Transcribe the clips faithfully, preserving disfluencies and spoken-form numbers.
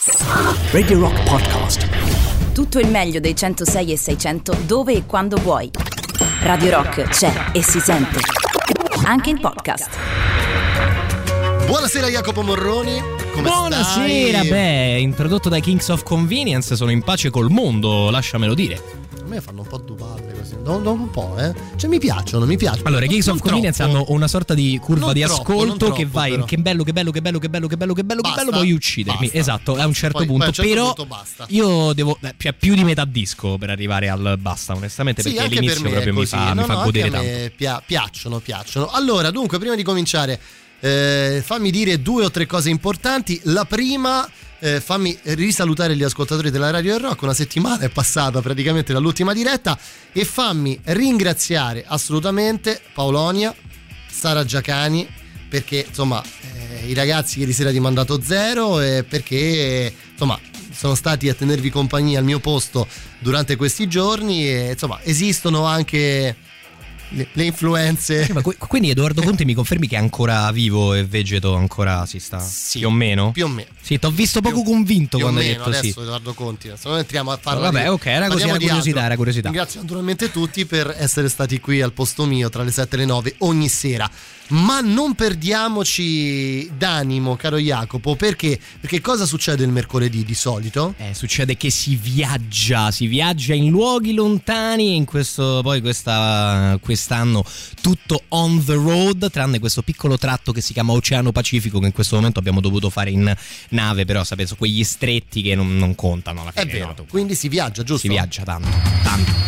Radio Rock Podcast. Tutto il meglio dei centosei e seicento dove e quando vuoi. Radio Rock c'è e si sente anche in podcast. Buonasera Jacopo Morroni. Come Buonasera, stai? beh, introdotto dai Kings of Convenience, sono in pace col mondo, lasciamelo dire. A me fanno un po' due palle così, dopo un po', eh. Cioè mi piacciono, mi piacciono. Allora, i Kings Non of Convenience troppo. hanno una sorta di curva Non di troppo, ascolto non troppo, che vai, però. che bello, che bello, che bello, che bello, che bello, che bello, Basta, che bello, vuoi uccidermi. basta. Esatto, a un certo Poi- punto, poi a un certo però punto basta. io devo, eh, cioè più di metà disco per arrivare al basta, onestamente, Sì, perché anche l'inizio per me è proprio mi così. fa, no, mi fa no, godere anche a tanto. me pia- piacciono, piacciono. Allora, dunque, prima di cominciare, eh, fammi dire due o tre cose importanti. La prima, eh, fammi risalutare gli ascoltatori della Radio del Rock. Una settimana è passata praticamente dall'ultima diretta, e fammi ringraziare assolutamente Paolonia, Sara Giacani, perché insomma eh, i ragazzi ieri sera di Mandato Zero, e perché insomma sono stati a tenervi compagnia al mio posto durante questi giorni, e insomma esistono anche le, le influenze. Sì, ma qu- quindi Edoardo Conti mi confermi che è ancora vivo e vegeto ancora si sta? Sì, più o meno? Più o meno. Sì, ti ho visto poco Più- convinto più o quando hai meno, detto adesso sì. Edoardo Conti, adesso non entriamo a parlare. Vabbè, ok, era così, era parliamo di curiosità, altro. era curiosità. Ringrazio naturalmente tutti per essere stati qui al posto mio tra le sette e le nove ogni sera. Ma non perdiamoci d'animo, caro Jacopo, perché perché cosa succede il mercoledì di solito? Eh, succede che si viaggia, si viaggia in luoghi lontani, e in questo poi questa, quest'anno tutto on the road, tranne questo piccolo tratto che si chiama Oceano Pacifico, che in questo momento abbiamo dovuto fare in nave, però sapete, su quegli stretti che non, non contano alla fine. È vero, no? quindi si viaggia, giusto? Si viaggia tanto, tanto.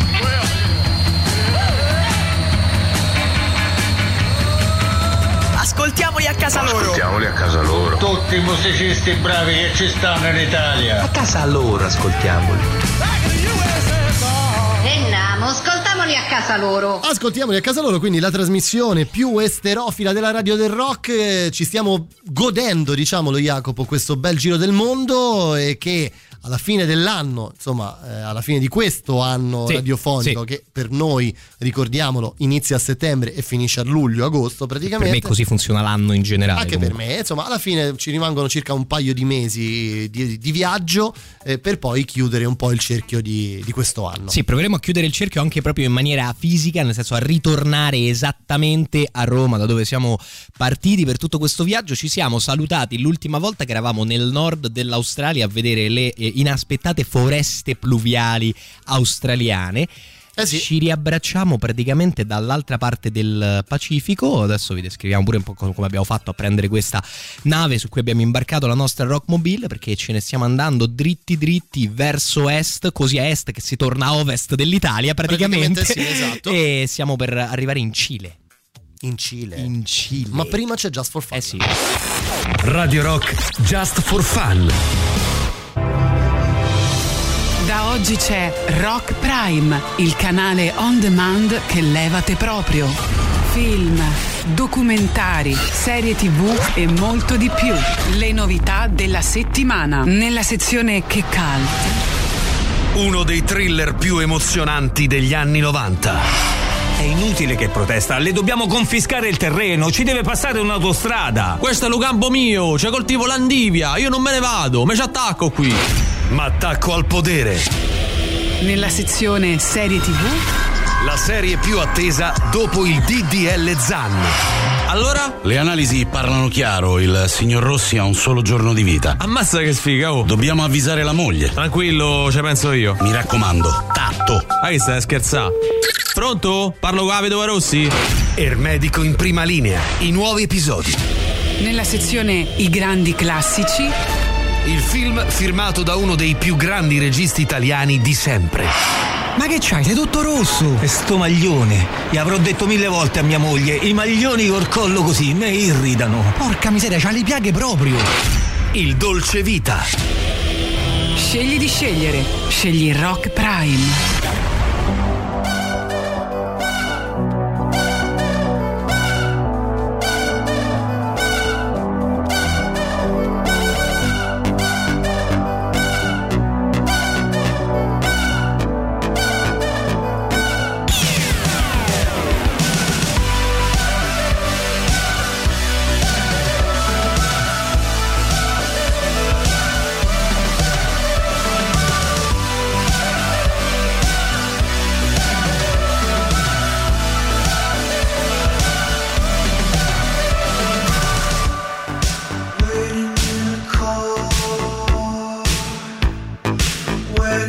Ascoltiamoli a casa loro. Ascoltiamoli a casa loro. Tutti i musicisti bravi che ci stanno in Italia. A casa loro ascoltiamoli. Andiamo, ascoltamoli a casa loro. Ascoltiamoli a casa loro, quindi la trasmissione più esterofila della Radio del Rock. Eh, ci stiamo godendo, diciamolo Jacopo, questo bel giro del mondo, e che alla fine dell'anno, insomma, eh, alla fine di questo anno Sì, radiofonico, sì. che per noi, ricordiamolo, inizia a settembre e finisce a luglio-agosto Per praticamente. me così funziona l'anno in generale. Anche comunque. per me, insomma, alla fine ci rimangono circa un paio di mesi di, di viaggio, eh, per poi chiudere un po' il cerchio di, di questo anno. Sì, proveremo a chiudere il cerchio anche proprio in maniera fisica, nel senso a ritornare esattamente a Roma, da dove siamo partiti per tutto questo viaggio. Ci siamo salutati l'ultima volta che eravamo nel nord dell'Australia a vedere le eh, inaspettate foreste pluviali australiane. Eh sì. Ci riabbracciamo praticamente dall'altra parte del Pacifico. Adesso vi descriviamo pure un po' come abbiamo fatto a prendere questa nave su cui abbiamo imbarcato la nostra Rockmobile, perché ce ne stiamo andando dritti dritti verso est, così a est che si torna a ovest dell'Italia praticamente, Praticamente sì, esatto. E siamo per arrivare in Cile. In Cile. In Cile. Ma prima c'è Just for Fun. Eh sì. Radio Rock Just for Fun. Da oggi c'è Rock Prime, il canale on demand che levate proprio. Film, documentari, serie tivù e molto di più. Le novità della settimana nella sezione Che Cult. Uno dei thriller più emozionanti degli anni novanta. È inutile che protesta, le dobbiamo confiscare il terreno, ci deve passare un'autostrada. Questo è lo campo mio, c'è coltivo l'andivia, io non me ne vado, me ci attacco qui. Ma attacco al potere. Nella sezione serie tivù. La serie più attesa dopo il D D L Zan. Allora? Le analisi parlano chiaro, il signor Rossi ha un solo giorno di vita. Ammazza che sfiga, oh. Dobbiamo avvisare la moglie. Tranquillo, ci penso io. Mi raccomando, tatto. Ma che stai a scherzare? Pronto? Parlo con la vedova Rossi? Ermedico in prima linea, i nuovi episodi. Nella sezione I grandi classici. Il film firmato da uno dei più grandi registi italiani di sempre. Ma che c'hai? Sei tutto rosso. E sto maglione. Gli avrò detto mille volte a mia moglie, i maglioni col collo così mi irritano. Porca miseria, c'ha le piaghe proprio. Il dolce vita. Scegli di scegliere. Scegli Rock Prime.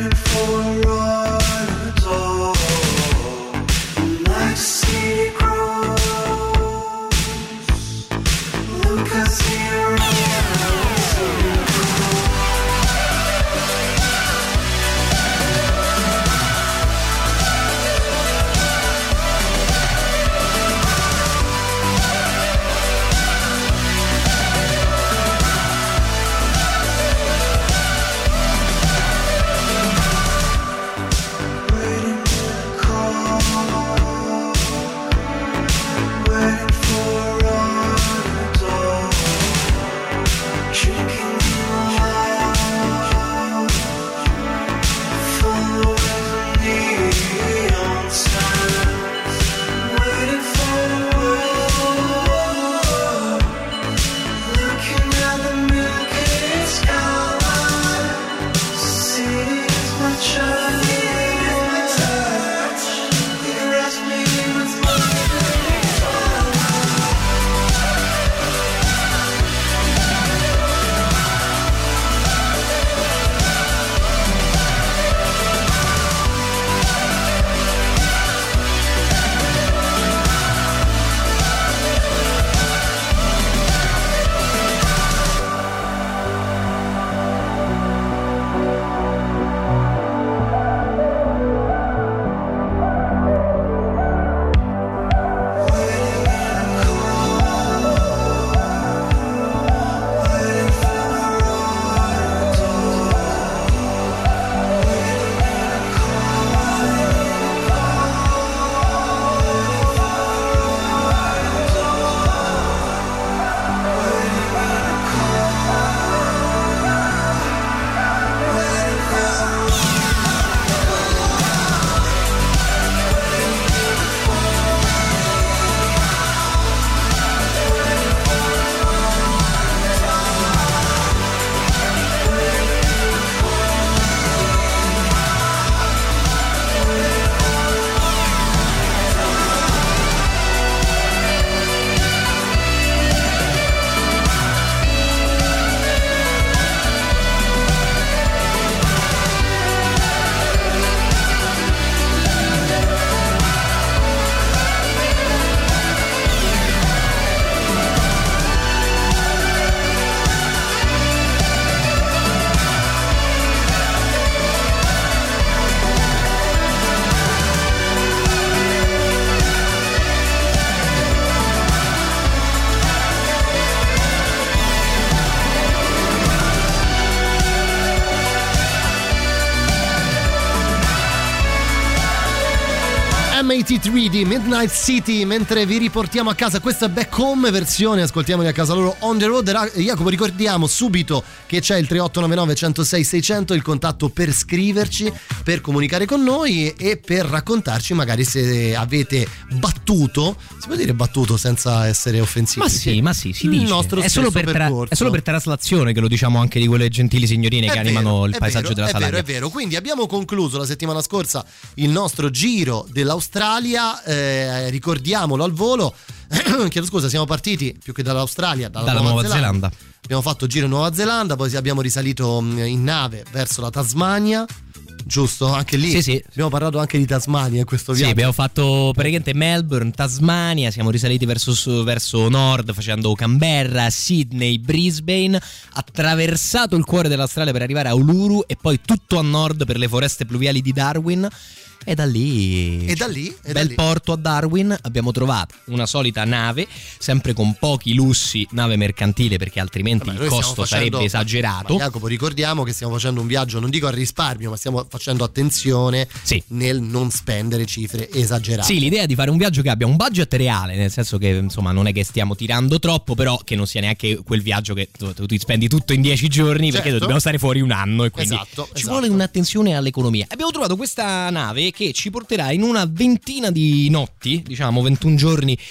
M ottantatré di Midnight City, mentre vi riportiamo a casa. Questa è Back Home versione, ascoltiamoli a casa loro, On The Road. Jacopo, ricordiamo subito che c'è il tre otto nove nove uno zero sei sei zero zero, il contatto per scriverci, per comunicare con noi e per raccontarci magari se avete battuto, si può dire battuto senza essere offensivi? Ma sì, ma sì, si dice. Il nostro è, solo per tra- è solo per traslazione che lo diciamo anche di quelle gentili signorine è che vero, animano il è paesaggio vero, della è Salaria. È vero, è vero. Quindi abbiamo concluso la settimana scorsa il nostro giro dell'Australia, eh, ricordiamolo al volo. Chiedo scusa, siamo partiti più che dall'Australia, dalla, dalla Nuova, Nuova Zelanda. Zelanda. Abbiamo fatto giro in Nuova Zelanda, poi abbiamo risalito in nave verso la Tasmania. Giusto? Anche lì sì, sì. Abbiamo parlato anche di Tasmania in questo viaggio. Sì, abbiamo fatto praticamente Melbourne, Tasmania, siamo risaliti verso, verso nord facendo Canberra, Sydney, Brisbane, attraversato il cuore dell'Australia per arrivare a Uluru e poi tutto a nord per le foreste pluviali di Darwin. E da lì, e da lì e bel da lì. porto a Darwin, abbiamo trovato una solita nave, sempre con pochi lussi, nave mercantile, perché altrimenti Vabbè, il costo facendo, sarebbe esagerato. Ma Jacopo, ricordiamo che stiamo facendo un viaggio, non dico a risparmio, ma stiamo facendo attenzione sì. nel non spendere cifre esagerate. Sì, l'idea è di fare un viaggio che abbia un budget reale, nel senso che insomma non è che stiamo tirando troppo, però che non sia neanche quel viaggio che tu, tu, tu spendi tutto in dieci giorni, certo. perché dobbiamo stare fuori un anno e quindi esatto, ci esatto. vuole un'attenzione all'economia. Abbiamo trovato questa nave che ci porterà in una ventina di notti, diciamo ventuno giorni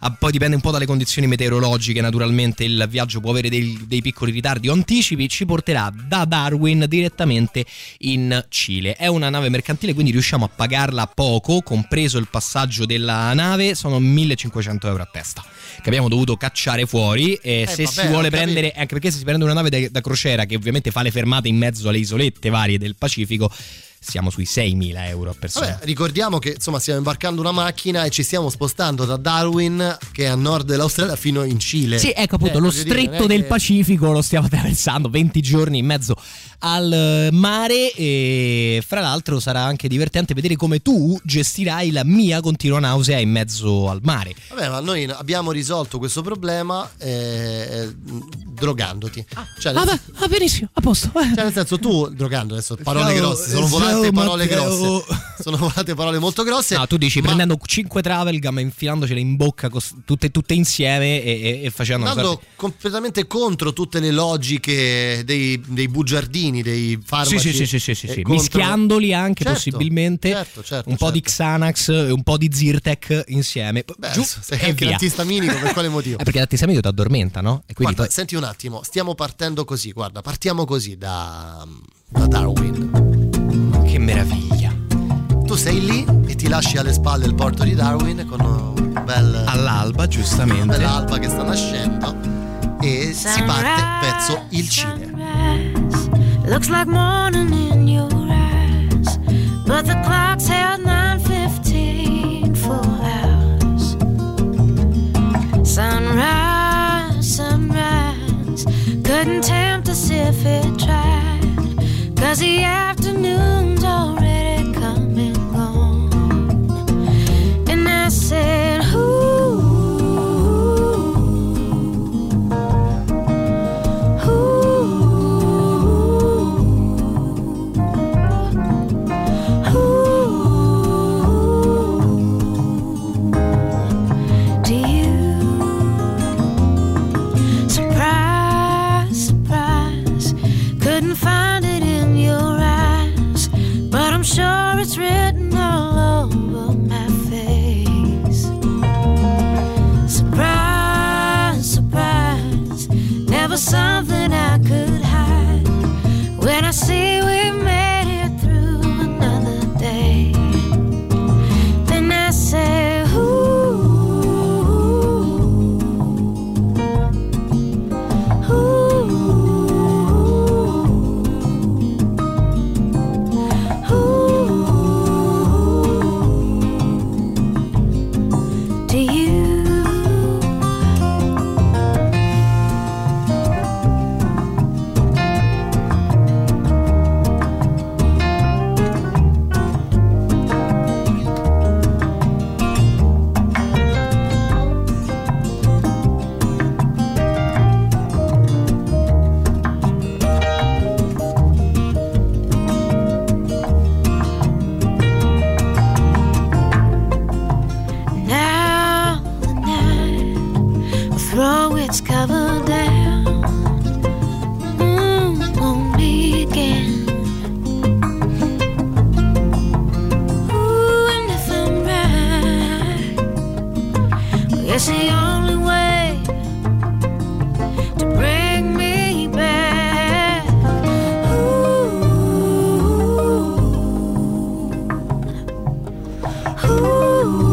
ah, poi dipende un po' dalle condizioni meteorologiche, naturalmente il viaggio può avere dei, dei piccoli ritardi o anticipi, ci porterà da Darwin direttamente in Cile. È una nave mercantile, quindi riusciamo a pagarla poco, compreso il passaggio della nave, sono millecinquecento euro a testa che abbiamo dovuto cacciare fuori, e eh, se vabbè, si vuole prendere, anche perché se si prende una nave da, da crociera che ovviamente fa le fermate in mezzo alle isolette varie del Pacifico, siamo sui seimila euro a persona. Vabbè, ricordiamo che insomma stiamo imbarcando una macchina e ci stiamo spostando da Darwin, che è a nord dell'Australia, fino in Cile. Sì, ecco appunto, eh, lo dire, stretto del che... Pacifico lo stiamo attraversando, venti giorni in mezzo al mare, e fra l'altro sarà anche divertente vedere come tu gestirai la mia continua nausea in mezzo al mare. Vabbè, ma noi abbiamo risolto questo problema eh, drogandoti. Ah, cioè, ah, beh, ah, benissimo, a posto. Cioè, nel senso, tu drogando, adesso parole Ciao, grosse, sono volate ciao, parole Matteo. grosse. Sono volate parole molto grosse. No, tu dici ma... prendendo cinque Travelgum e infilandocele in bocca cos- tutte, tutte insieme e, e, e facendo andando una sorta... completamente contro tutte le logiche dei, dei bugiardini, dei farmaci. Sì, sì, sì, sì, sì, sì, sì. Contro... mischiandoli anche, certo, possibilmente certo, certo, un po' certo. di Xanax e un po' di Zyrtec insieme. Beh, giù sei e anche via. l'antistaminico, per quale motivo? Eh, perché l'antistaminico ti addormenta, no? E quindi Guarda, poi... senti un attimo, stiamo partendo così, guarda, partiamo così da, da Darwin. Che meraviglia. Tu sei lì e ti lasci alle spalle il porto di Darwin con un bel... all'alba, giustamente. Una bella alba che sta nascendo e si parte verso il Cile. Looks like morning in your eyes, but the clock's held nine fifteen for hours. Sunrise, sunrise, couldn't tempt us if it tried, 'cause the afternoon's already come and gone. And I said, ooh, find it in your eyes, but I'm sure it's written all over my face. Surprise, surprise, never something I could hide. When I see we made it through another day, then I say, ooh, ooh. Throw its cover down, mm, won't begin. Ooh, and if I'm right, well, it's the only way to bring me back. Ooh, ooh.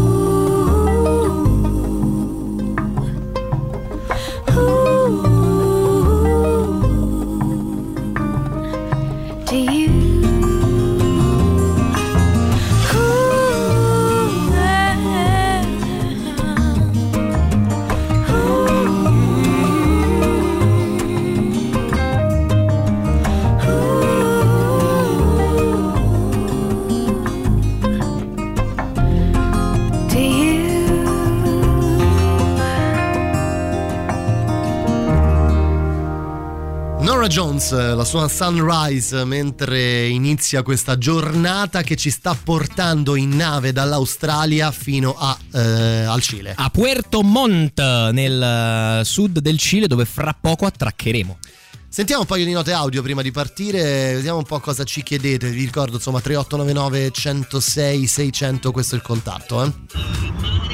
Norah Jones, la sua Sunrise, mentre inizia questa giornata che ci sta portando in nave dall'Australia fino a, eh, al Cile. A Puerto Montt, nel sud del Cile, dove fra poco attraccheremo. Sentiamo un paio di note audio prima di partire, vediamo un po' cosa ci chiedete. Vi ricordo, insomma, tre otto nove nove uno zero sei sei zero zero, questo è il contatto, eh.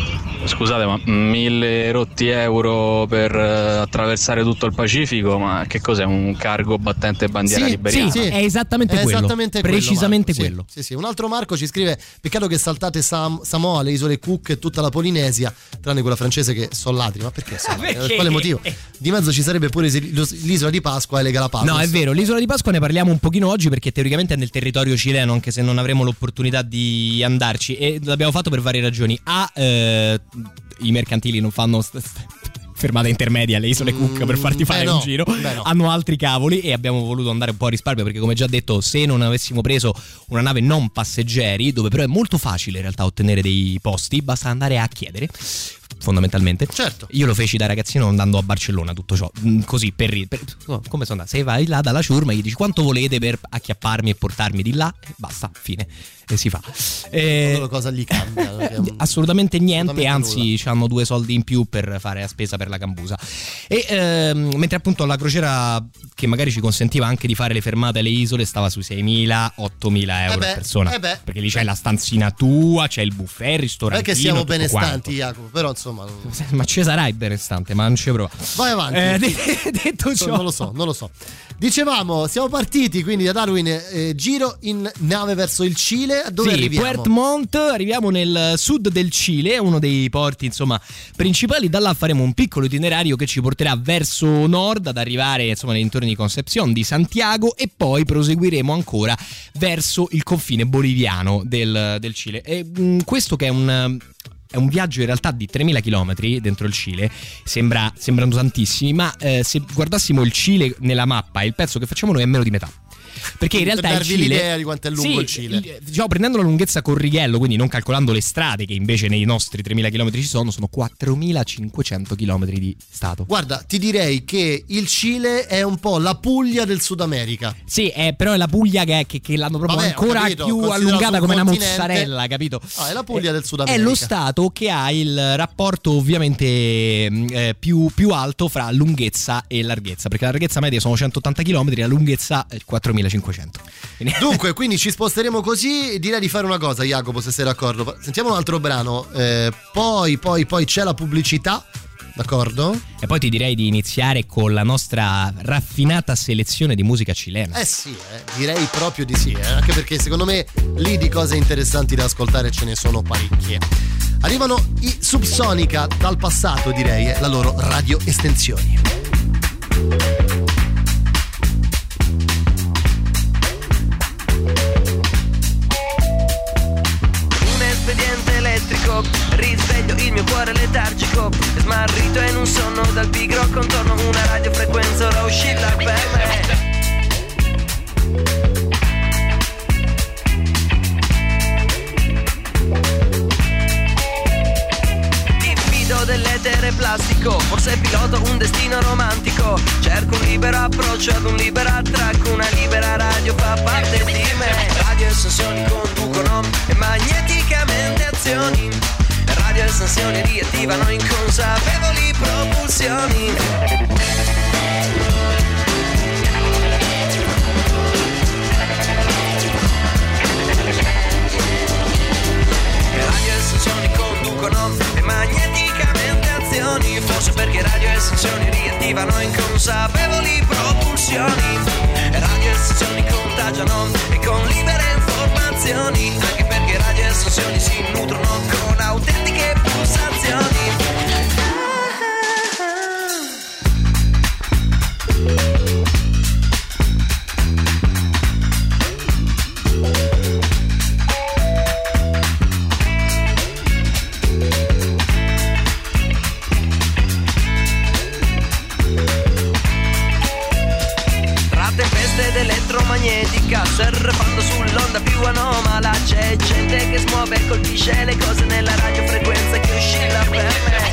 scusate, ma mille rotti euro per uh, attraversare tutto il Pacifico, ma che cos'è, un cargo battente bandiera sì, liberiana? Sì, sì. È esattamente è quello. Esattamente Precisamente quello, quello. Sì, sì, sì. Un altro Marco ci scrive: peccato che saltate Sam- Samoa, le isole Cook e tutta la Polinesia, tranne quella francese che sono ladri. Ma perché? Sono ladri? Per quale motivo? Di mezzo ci sarebbe pure l'isola di Pasqua e le Galapagos. No, è vero, l'isola di Pasqua ne parliamo un pochino oggi perché teoricamente è nel territorio cileno, anche se non avremo l'opportunità di andarci, e l'abbiamo fatto per varie ragioni. A eh, i mercantili non fanno st- st- fermata intermedia alle isole Cook mm, per farti fare no, un giro, no. Hanno altri cavoli e abbiamo voluto andare un po' a risparmio perché, come già detto, se non avessimo preso una nave non passeggeri, dove però è molto facile in realtà ottenere dei posti, basta andare a chiedere fondamentalmente. Certo. Io lo feci da ragazzino andando a Barcellona, tutto ciò, così per, per oh, come sono andato? Se vai là dalla ciurma gli dici quanto volete per acchiapparmi e portarmi di là, e basta, fine, e si fa. Eh, cosa gli cambia? Assolutamente niente, assolutamente anzi hanno due soldi in più per fare la spesa per la cambusa. E ehm, mentre appunto la crociera, che magari ci consentiva anche di fare le fermate alle isole, stava sui seimila ottomila euro eh beh, a persona, eh beh, perché lì c'è la stanzina tua, c'è il buffet, il ristorantino, non è che siamo tutto benestanti, quanto. Jacopo, però insomma. Ma ci sarai benestante, ma non ci prova. Vai avanti. Eh, detto ciò, non lo so, non lo so. Dicevamo, siamo partiti quindi da Darwin, eh, giro in nave verso il Cile. Dove sì, arriviamo? Puerto Montt, arriviamo nel sud del Cile, uno dei porti insomma principali. Da là faremo un piccolo itinerario che ci porterà verso nord, ad arrivare insomma nei dintorni di Concepción, di Santiago, e poi proseguiremo ancora verso il confine boliviano del, del Cile. E mh, questo che è un È un viaggio in realtà di tremila chilometri dentro il Cile, sembra, sembrano tantissimi, ma eh, se guardassimo il Cile nella mappa, il pezzo che facciamo noi è meno di metà. Perché in realtà per il darvi Cile, l'idea di quanto è lungo sì, il Cile, il, diciamo, prendendo la lunghezza con righello, quindi non calcolando le strade che invece nei nostri tremila chilometri ci sono, sono quattromilacinquecento chilometri di stato. Guarda, ti direi che il Cile è un po' la Puglia del Sud America. Sì, è, però è la Puglia che, che, che l'hanno proprio Vabbè, ancora capito, più allungata come una mozzarella, capito? Ah, è la Puglia è, del Sud America. È lo stato che ha il rapporto ovviamente eh, più, più alto fra lunghezza e larghezza, perché la larghezza media sono centottanta chilometri, la lunghezza è quattromilacinquecento. Dunque, quindi ci sposteremo così. Direi di fare una cosa, Jacopo, se sei d'accordo. Sentiamo un altro brano, eh, poi, poi, poi c'è la pubblicità. D'accordo? E poi ti direi di iniziare con la nostra raffinata selezione di musica cilena. Eh sì, eh, direi proprio di sì, eh, anche perché secondo me lì di cose interessanti da ascoltare ce ne sono parecchie. Arrivano i Subsonica dal passato, direi, eh, la loro radio estensioni. Elettrico, risveglio il mio cuore letargico, smarrito in un sonno dal pigro contorno, una radiofrequenza ora uscita per me. Diffido dell'etere plastico, forse piloto un destino romantico, cerco un libero approccio ad un libero attracco, una libera radio fa parte di me. Radio estensioni conducono e magneticamente azioni, radio estensioni riattivano inconsapevoli propulsioni. Radio estensioni conducono e magneticamente azioni, forse perché radio estensioni riattivano inconsapevoli propulsioni. Radio estensioni contagiano e con libere informazioni, anche perché radio estensioni si nutrono con autentiche pulsazioni. Elettromagnetica, surfando sull'onda più anomala, c'è gente che smuove e colpisce le cose nella radiofrequenza che oscilla per me.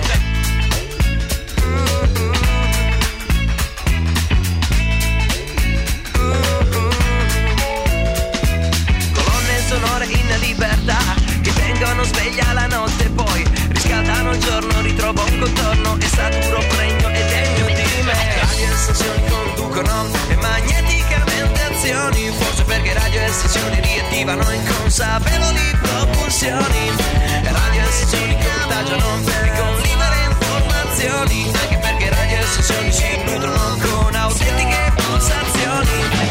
Colonne sonore in libertà che tengono sveglia la notte, poi riscaldano il giorno, ritrovo un contorno e saturo pregno e degno di me. Radio estensioni conducono e magneticamente azioni, forse perché radio estazioni riattivano inconsapevoli propulsioni. E radio e estazioni contagiano con libere informazioni, anche perché radio e estazioni si nutrono con autentiche pulsazioni.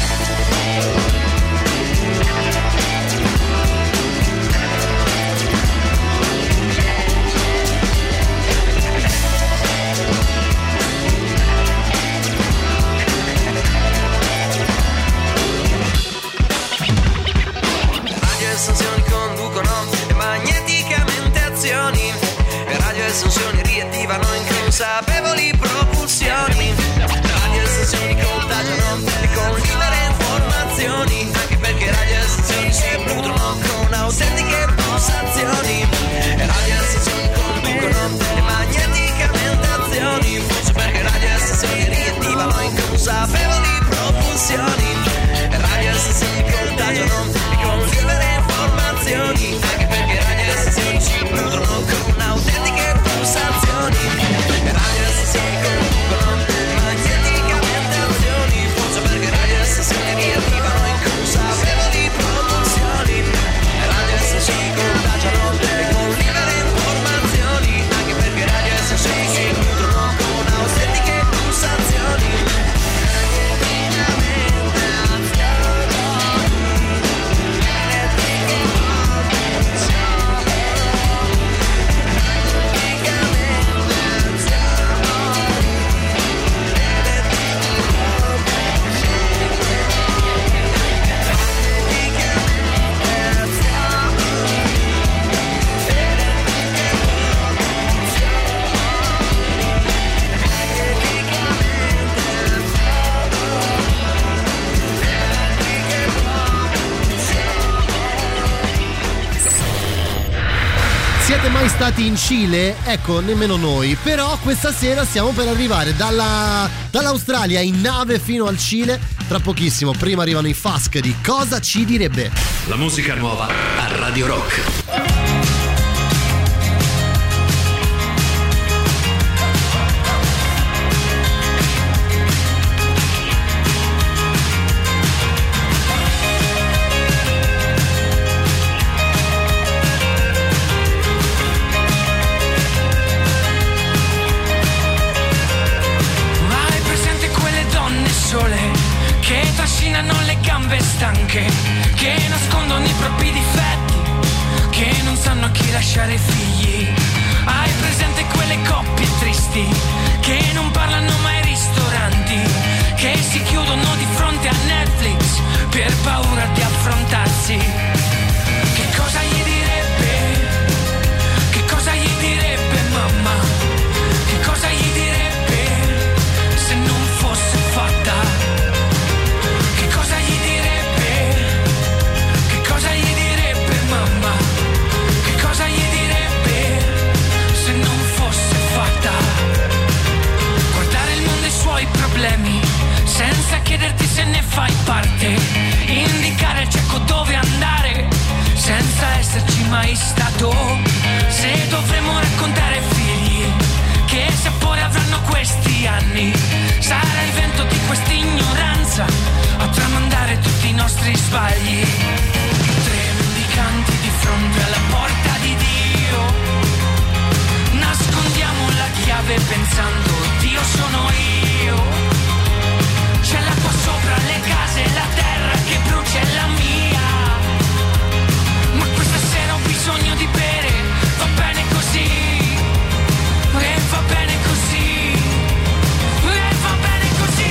Estazioni conducono magneticamente azioni, e radio e estazioni riattivano inconsapevoli propulsioni. Radio e estazioni contagiano con libere informazioni, anche perché radio e estazioni si nutrono con autentiche pulsazioni. E radio e estazioni conducono magneticamente azioni, forse perché radio e estazioni riattivano inconsapevoli propulsioni. E radio e estazioni contagiano con libere informazioni, anche perché radio e estazioni si nutrono con autentiche pulsazioni. E radio e estazioni conducono magneticamente azioni, forse perché radio e estazioni riattivano inconsapevoli propulsioni. E radio e estazioni contagiano con libere informazioni, anche perché radio e estazioni si nutrono con autentiche pulsazioni. Siete mai stati in Cile? Ecco, nemmeno noi. Però questa sera stiamo per arrivare dalla, dall'Australia in nave fino al Cile. Tra pochissimo, prima arrivano i Fask di Cosa ci direbbe. La musica nuova a Radio Rock. Che trascinano le gambe stanche, che nascondono i propri difetti, che non sanno a chi lasciare figli. Hai presente quelle coppie tristi, che non parlano mai ai ristoranti, che si chiudono di fronte a Netflix per paura di affrontarsi. Che cosa gli direbbe? Che cosa gli direbbe mamma? Che cosa gli direbbe se non fosse fatta? Senza chiederti se ne fai parte, indicare al cieco dove andare, senza esserci mai stato. Se dovremo raccontare figli che sapore avranno questi anni, sarà il vento di questa ignoranza a tramandare tutti i nostri sbagli. Tre mendicanti di fronte alla porta di Dio, nascondiamo la chiave pensando Dio sono io. C'è l'acqua sopra le case, la terra che brucia è la mia. Ma questa sera ho bisogno di bere, va bene così. E va bene così. E va bene così.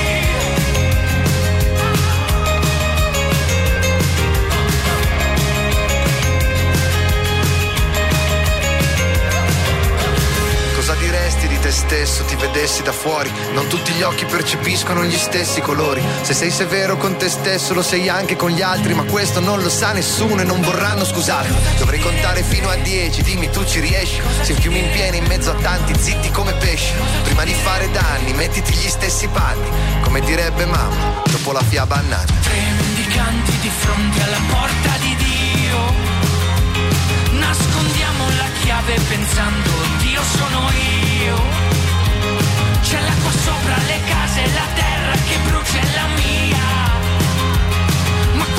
Cosa diresti di te stesso, ti vedessi da fuori? Non tutti gli occhi percepiscono gli stessi colori. Se sei severo con te stesso lo sei anche con gli altri, ma questo non lo sa nessuno e non vorranno scusarmi. Dovrei contare fino a dieci, dimmi tu ci riesci? Se fiumi in piena in mezzo a tanti zitti come pesci. Prima di fare danni mettiti gli stessi panni, come direbbe mamma dopo la fiaba a Nanni. Tre mendicanti di fronte alla porta di Dio, nascondiamo la chiave pensando Dio sono io. C'è l'acqua sopra le case, la terra che brucia è la mia. Ma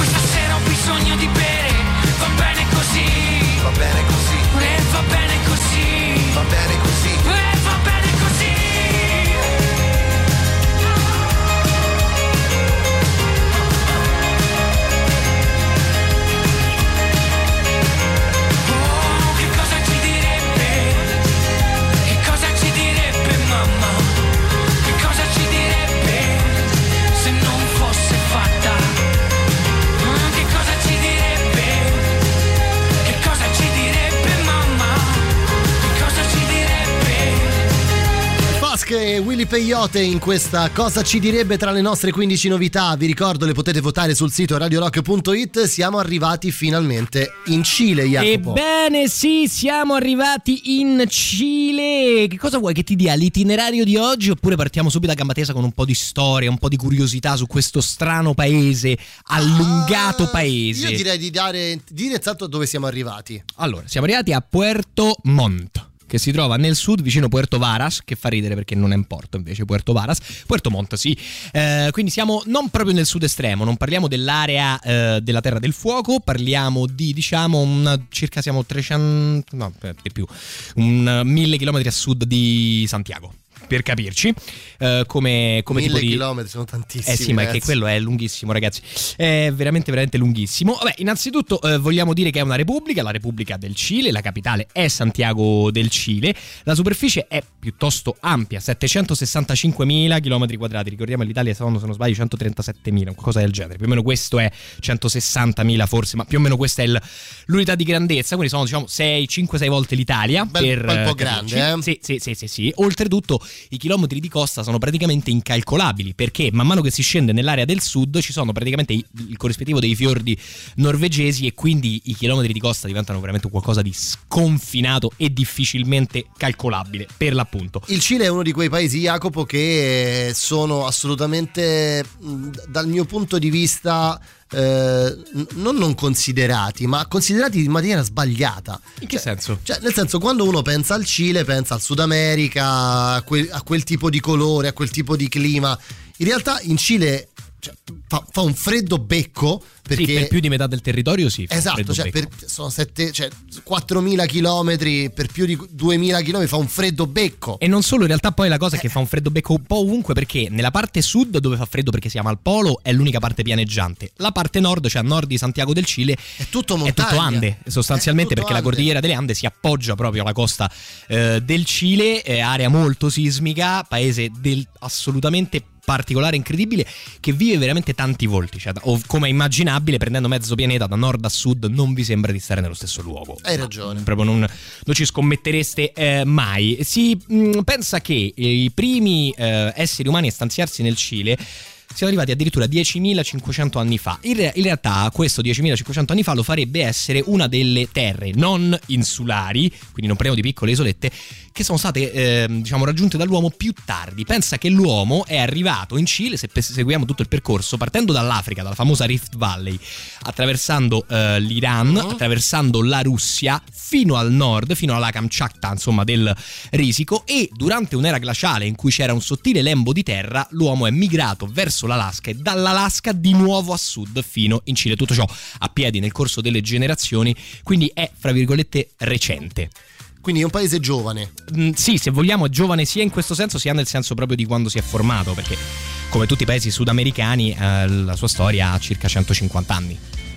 e Willy Peyote in questa Cosa ci direbbe tra le nostre quindici novità. Vi ricordo, le potete votare sul sito radio rock punto it. Siamo arrivati finalmente in Cile, Jacopo. Ebbene sì, siamo arrivati in Cile. Che cosa vuoi che ti dia l'itinerario di oggi, oppure partiamo subito a gamba tesa con un po' di storia, un po' di curiosità su questo strano paese, allungato ah, paese? Io direi di dare dire esatto dove siamo arrivati. Allora, siamo arrivati a Puerto Montt, che si trova nel sud vicino Puerto Varas, che fa ridere perché non è in porto invece Puerto Varas, Puerto Montt sì, eh, quindi siamo non proprio nel sud estremo, non parliamo dell'area eh, della Terra del Fuoco, parliamo di diciamo una, circa siamo trecento, no di più, un mille chilometri a sud di Santiago, per capirci, uh, come, come mille tipo di chilometri sono tantissimi. Eh sì, ma è ragazzi. che quello è lunghissimo, ragazzi. È veramente, veramente lunghissimo. Vabbè, innanzitutto eh, vogliamo dire che è una repubblica, la Repubblica del Cile. La capitale è Santiago del Cile. La superficie è piuttosto ampia, settecentosessantacinquemila chilometri quadrati. Ricordiamo che l'Italia sono, se non sbaglio, centotrentasettemila, qualcosa del genere. Più o meno questo è centosessantamila forse, ma più o meno questa è il, l'unità di grandezza. Quindi sono diciamo sei, cinque sei volte l'Italia. Bel, per, bel po' capirci. grande, eh? Sì, sì, sì, sì, sì. Oltretutto i chilometri di costa sono praticamente incalcolabili, perché man mano che si scende nell'area del sud ci sono praticamente il corrispettivo dei fiordi norvegesi, e quindi i chilometri di costa diventano veramente qualcosa di sconfinato e difficilmente calcolabile, per l'appunto. Il Cile è uno di quei paesi, Jacopo, che sono assolutamente, dal mio punto di vista, Eh, non non considerati, ma considerati in maniera sbagliata. In che cioè, senso? Cioè, nel senso, quando uno pensa al Cile, pensa al Sud America, a quel, a quel tipo di colore, a quel tipo di clima. In realtà in Cile cioè, fa, fa un freddo becco. Perché sì, per più di metà del territorio sì. Esatto, cioè per, sono sette, cioè quattromila chilometri, per più di duemila chilometri fa un freddo becco. E non solo, in realtà poi la cosa è che fa un freddo becco un po' ovunque, perché nella parte sud, dove fa freddo perché siamo al polo, è l'unica parte pianeggiante. La parte nord, cioè a nord di Santiago del Cile, è tutto montagna. È tutto Ande, sostanzialmente, tutto perché Ande. La cordigliera delle Ande si appoggia proprio alla costa eh, del Cile, eh, area molto sismica, paese del, assolutamente particolare, incredibile, che vive veramente tanti volti, cioè, o come è immaginabile, prendendo mezzo pianeta da nord a sud non vi sembra di stare nello stesso luogo. Hai ragione. Proprio non, non ci scommettereste eh, mai. Si mh, pensa che i primi eh, esseri umani a stanziarsi nel Cile siamo arrivati addirittura diecimilacinquecento anni fa. In, re- in realtà questo diecimilacinquecento anni fa lo farebbe essere una delle terre non insulari, quindi non parliamo di piccole isolette, che sono state eh, diciamo raggiunte dall'uomo più tardi. Pensa che l'uomo è arrivato in Cile, se seguiamo tutto il percorso, partendo dall'Africa, dalla famosa Rift Valley, attraversando eh, l'Iran, uh-huh. attraversando la Russia, fino al nord, fino alla Kamchatka, insomma, del Risico, e durante un'era glaciale in cui c'era un sottile lembo di terra, l'uomo è migrato verso l'Alaska e dall'Alaska di nuovo a sud fino in Cile. Tutto ciò a piedi nel corso delle generazioni, quindi è, fra virgolette, recente. Quindi è un paese giovane. Mm, sì, se vogliamo è giovane sia in questo senso, sia nel senso proprio di quando si è formato, perché come tutti i paesi sudamericani eh, la sua storia ha circa centocinquanta anni.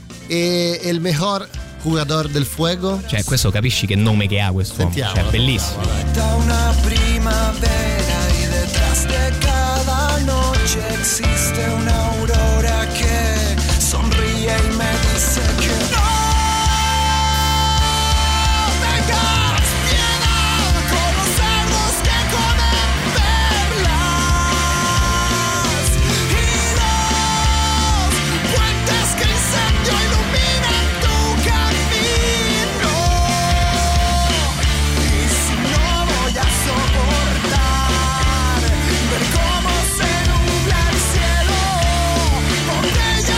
E il mejor jugador del fuego? Cioè, questo capisci che nome che ha questo uomo, cioè bellissimo. Una primavera y detrás de cada noche existe un'aurora che sonríe y me dice que no. Ver cómo se nubla el cielo, botella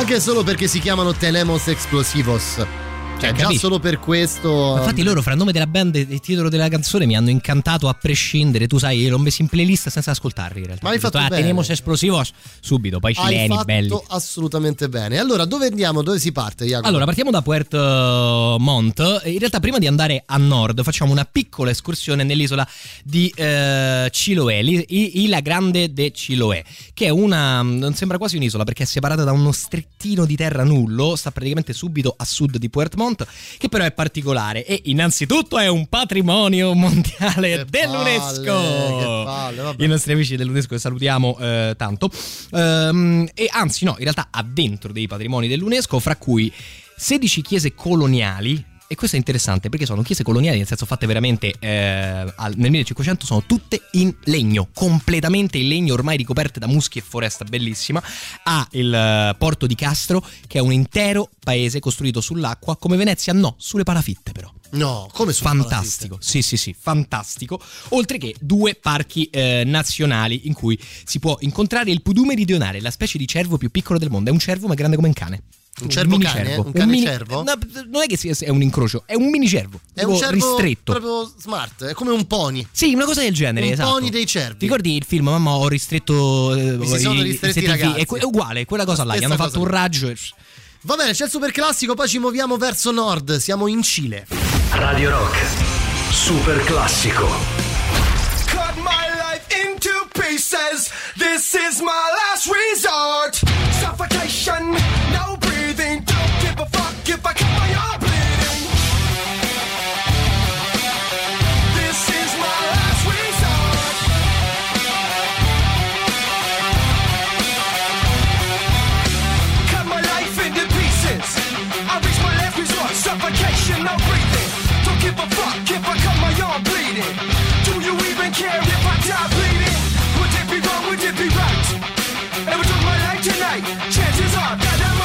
Anche solo perché si chiamano Tenemos Explosivos. Cioè, già capisci? solo per questo. Ma infatti loro fra il nome della band e il titolo della canzone mi hanno incantato a prescindere. Tu sai, io l'ho messo in playlist senza ascoltarli in realtà. Ma hai fatto ah, bene. Tenemos Explosivos subito, poi Hai cileni fatto belli. assolutamente bene. Allora, dove andiamo? Dove si parte, Jacopo? Allora, partiamo da Puerto Montt. In realtà, prima di andare a nord, facciamo una piccola escursione nell'isola di eh, Chiloé, Isla Grande de Chiloé, che è una, non sembra quasi un'isola perché è separata da uno strettino di terra nullo, sta praticamente subito a sud di Puerto Montt, che però è particolare e innanzitutto è un patrimonio mondiale che dell'UNESCO. Palle, che palle, vabbè. I nostri amici dell'UNESCO che salutiamo eh, tanto. Ehm, e anzi, no, in realtà ha dentro dei patrimoni dell'UNESCO, fra cui sedici chiese coloniali. E questo è interessante perché sono chiese coloniali, nel senso fatte veramente eh, al, nel millecinquecento, sono tutte in legno, completamente in legno, ormai ricoperte da muschi e foresta bellissima. Ha il eh, porto di Castro, che è un intero paese costruito sull'acqua, come Venezia no, sulle palafitte però. No, come su Fantastico, sì sì sì, fantastico. Oltre che due parchi eh, nazionali in cui si può incontrare il pudù meridionale, la specie di cervo più piccolo del mondo. È un cervo ma è grande come un cane. Un cervo mini cane? cervo. Un cane mini, cervo? No, non è che sia, è un incrocio, è un mini cervo. È un cervo ristretto. proprio smart, è come un pony. Sì, una cosa del genere, un esatto. pony dei cervi. Ti ricordi il film Mamma ho ristretto eh, Mi si sono i- ristretti i- i ragazzi. È, que- è uguale, quella cosa La là, gli stessa hanno fatto cosa un lì. raggio e... Va bene, c'è il super classico, poi ci muoviamo verso nord, siamo in Cile. Radio Rock, super classico. Cut my life into pieces. This is my last resort. Suffocation, no breathing. Don't give a fuck if I cut my arm bleeding. This is my last resort. Cut my life into pieces. I reach my last resort. Suffocation, no breathing. Don't give a fuck if I cut my arm bleeding. Do you even care if I die bleeding? Would it be wrong? Would it be right? Ever took my life tonight? Chances are that I'm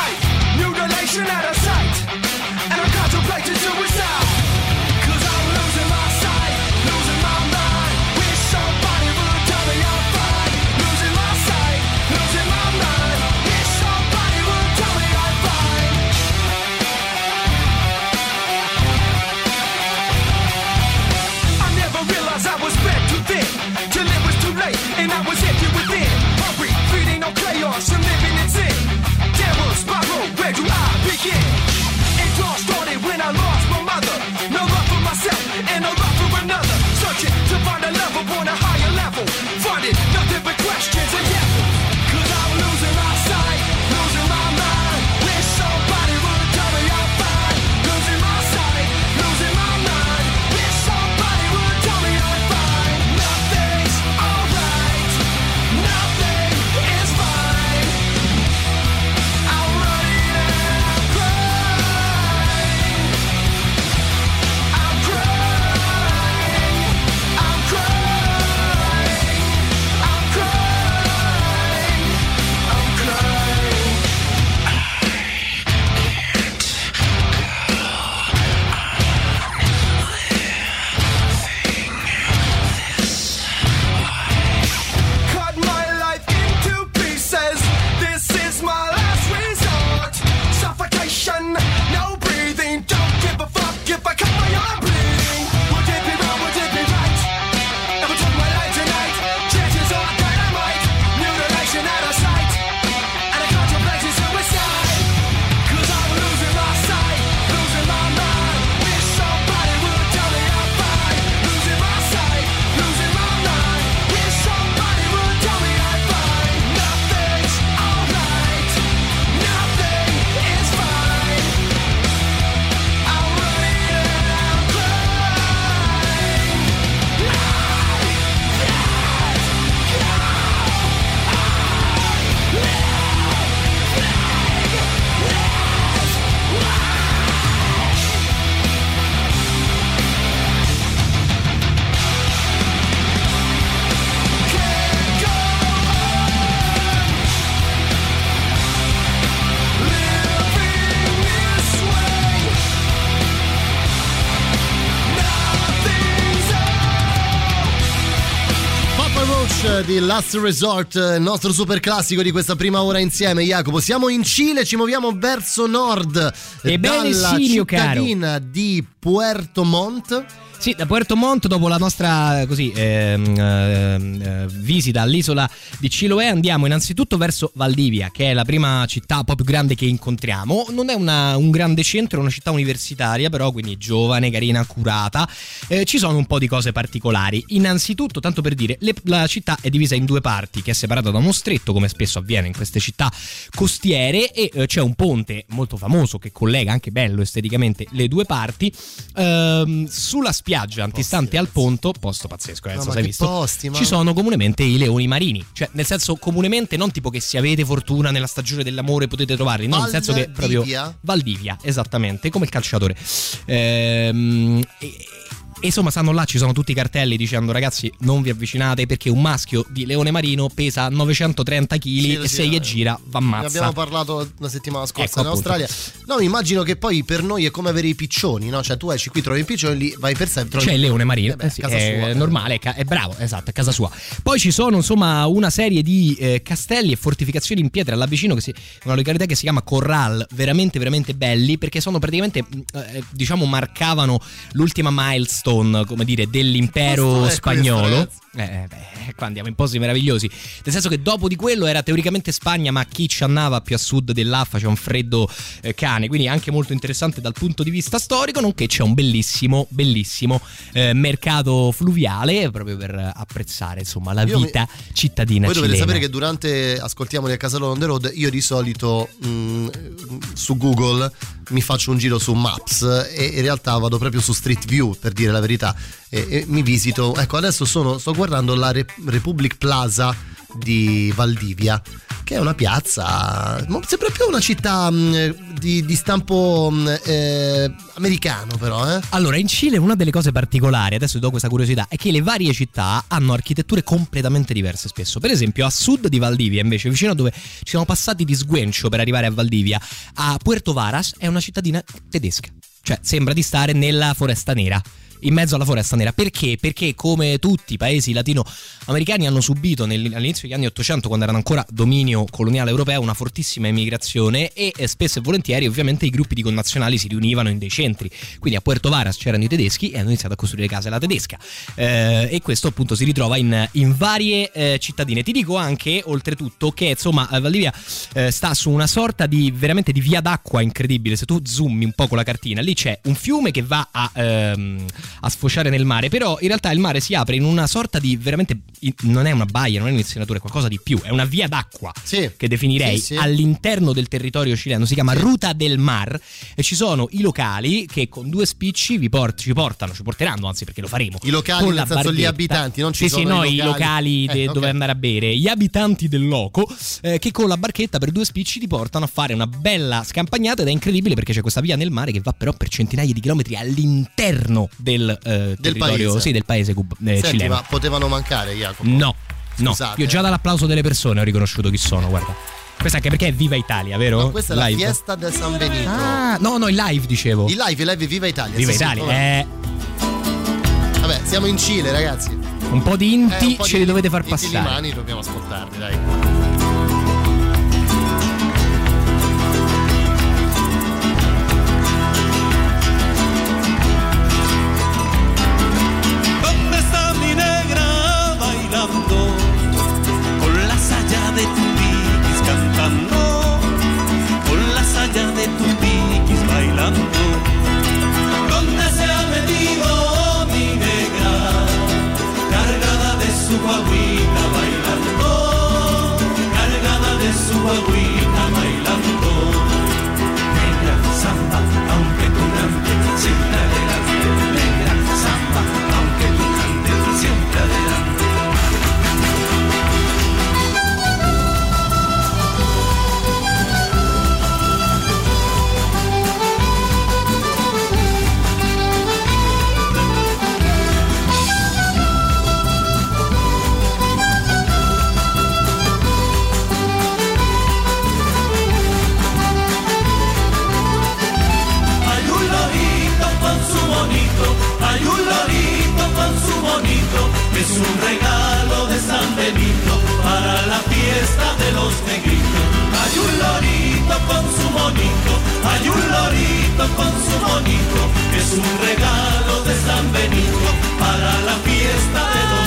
Roach di Last Resort, il nostro super classico di questa prima ora insieme. Jacopo, siamo in Cile, ci muoviamo verso nord. Ebbene dalla sì, mio cittadina caro. di Puerto Montt. Sì, da Puerto Montt, dopo la nostra così ehm, eh, visita all'isola di Chiloé, andiamo innanzitutto verso Valdivia, che è la prima città un po' più grande che incontriamo. Non è una, un grande centro, è una città universitaria, però quindi giovane, carina, curata. Eh, ci sono un po' di cose particolari. Innanzitutto, tanto per dire, le, la città è divisa in due parti, che è separata da uno stretto, come spesso avviene in queste città costiere, e eh, c'è un ponte molto famoso che collega, anche bello esteticamente, le due parti. Ehm, sulla spiaggia antistante al ponto, posto pazzesco, eh, No, so ma se hai che visto, posti, ma- ci sono comunemente i leoni marini, cioè nel senso comunemente non tipo che se avete fortuna nella stagione dell'amore potete trovarli, no, nel senso che proprio Valdivia? Valdivia, esattamente, come il calciatore. Ehm, e, E insomma stanno là, ci sono tutti i cartelli dicendo ragazzi non vi avvicinate perché un maschio di leone marino pesa novecentotrenta chili Sì, e sì, se gli eh. gira va Ne ammazza. abbiamo parlato la settimana scorsa Ecco, in appunto. Australia. No, mi immagino che poi per noi è come avere i piccioni, no? Cioè tu esci qui, trovi i piccioni, lì vai per sempre. C'è il leone marino, Eh beh, eh sì, casa è sua, eh. normale, è, ca- è bravo, esatto, è casa sua. Poi ci sono insomma una serie di eh, castelli e fortificazioni in pietra là vicino, che si, una località che si chiama Corral, veramente veramente belli, perché sono praticamente eh, diciamo marcavano l'ultima milestone, come dire, dell'impero Questo è spagnolo. questo, Eh, beh, qua andiamo in posti meravigliosi, nel senso che dopo di quello era teoricamente Spagna, ma chi ci andava più a sud dell'Affa, c'è un freddo eh, cane, quindi anche molto interessante dal punto di vista storico, nonché c'è un bellissimo bellissimo eh, mercato fluviale proprio per apprezzare insomma la Io mi- vita cittadina Voi dovete cilena. sapere che durante Ascoltiamoli a casa loro on the road, io di solito mh, su Google mi faccio un giro su Maps e in realtà vado proprio su Street View, per dire la verità, e, e mi visito. Ecco, adesso sono, sto guardando la Re- Republic Plaza di Valdivia, che è una piazza, ma sembra più una città mh, di, di stampo mh, eh, americano, però eh. Allora, in Cile una delle cose particolari, adesso ti do questa curiosità, è che le varie città hanno architetture completamente diverse spesso. Per esempio a sud di Valdivia, invece, vicino a dove ci siamo passati di sguencio per arrivare a Valdivia, a Puerto Varas, è una cittadina tedesca. Cioè sembra di stare nella Foresta Nera, in mezzo alla Foresta Nera. Perché? Perché come tutti i paesi latinoamericani hanno subito nel, all'inizio degli anni ottocento, quando erano ancora dominio coloniale europeo, una fortissima emigrazione, e eh, spesso e volentieri ovviamente i gruppi di connazionali si riunivano in dei centri. Quindi a Puerto Varas c'erano i tedeschi e hanno iniziato a costruire case alla tedesca, eh, e questo appunto si ritrova in, in varie eh, cittadine. Ti dico anche oltretutto che insomma Valdivia eh, sta su una sorta di veramente di via d'acqua incredibile. Se tu zoomi un po' con la cartina, lì c'è un fiume che va a ehm, a sfociare nel mare, però in realtà il mare si apre in una sorta di veramente, non è una baia, non è un'insenatura, è qualcosa di più, è una via d'acqua, sì, che definirei sì, sì. all'interno del territorio cileno, si chiama Ruta del Mar, e ci sono i locali che con due spicci vi port- ci portano, ci porteranno, anzi perché lo faremo. I locali con nel la senso gli barchetta. abitanti, non ci sì, sono sì, no, i i locali, locali de- Eh, dove ok. andare a bere, gli abitanti del loco, eh, che con la barchetta per due spicci ti portano a fare una bella scampagnata, ed è incredibile perché c'è questa via nel mare che va però per centinaia di chilometri all'interno del, eh, Del territorio, paese. sì, del paese cub- eh, Senti, cileno. ma potevano mancare, Jacopo? No, no, Scusate, io già eh. dall'applauso delle persone ho riconosciuto chi sono, guarda. Questa anche perché è Viva Italia, vero? No, questa è la Live. Fiesta del San Benito. Ah, no, no, il live dicevo. Il live, il live Viva Italia. Viva sì, sì, Italia, come- eh, Vabbè, siamo in Cile, ragazzi. un po' di Eh, inti un po' ce di- li dovete far di passare. Tilimani dobbiamo ascoltarli, dai. ¿Dónde está mi negra bailando? Con la saya de tu piquis cantando, con la saya de tu piquis bailando. ¿Dónde se ha metido mi negra, cargada de su guaguita bailando? San Benito para la fiesta de los negritos. Hay un lorito con su monito, hay un lorito con su monito, es un regalo de San Benito para la fiesta de los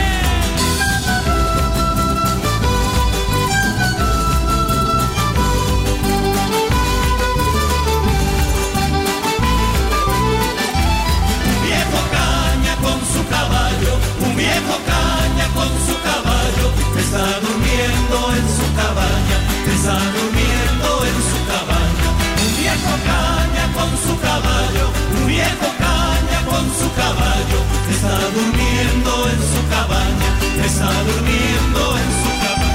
un viejo caña con su caballo, está durmiendo en su cabaña, está durmiendo en su cabaña. Un viejo caña con su caballo, un viejo caña con su caballo, está durmiendo en su cabaña, está durmiendo en su cabaña.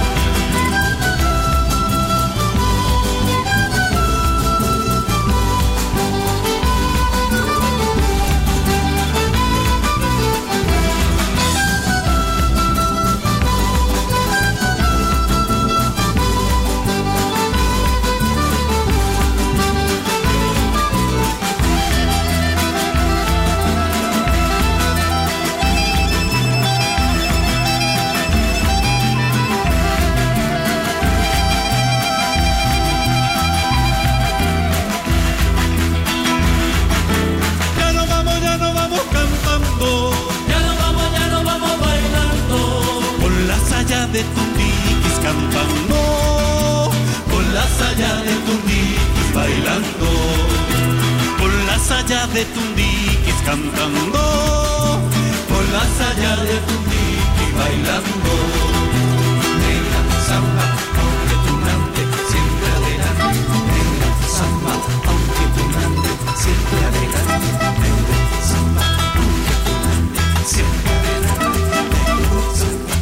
De tundiquis cantando, con la saya de tundiquis bailando, con la saya de tundiquis cantando, con la saya de tundiquis bailando. Negra samba, aunque tunante, siempre adelante. Negra samba, aunque tunante, siempre adelante. Negra samba, aunque tunante, siempre adelante. Negra samba.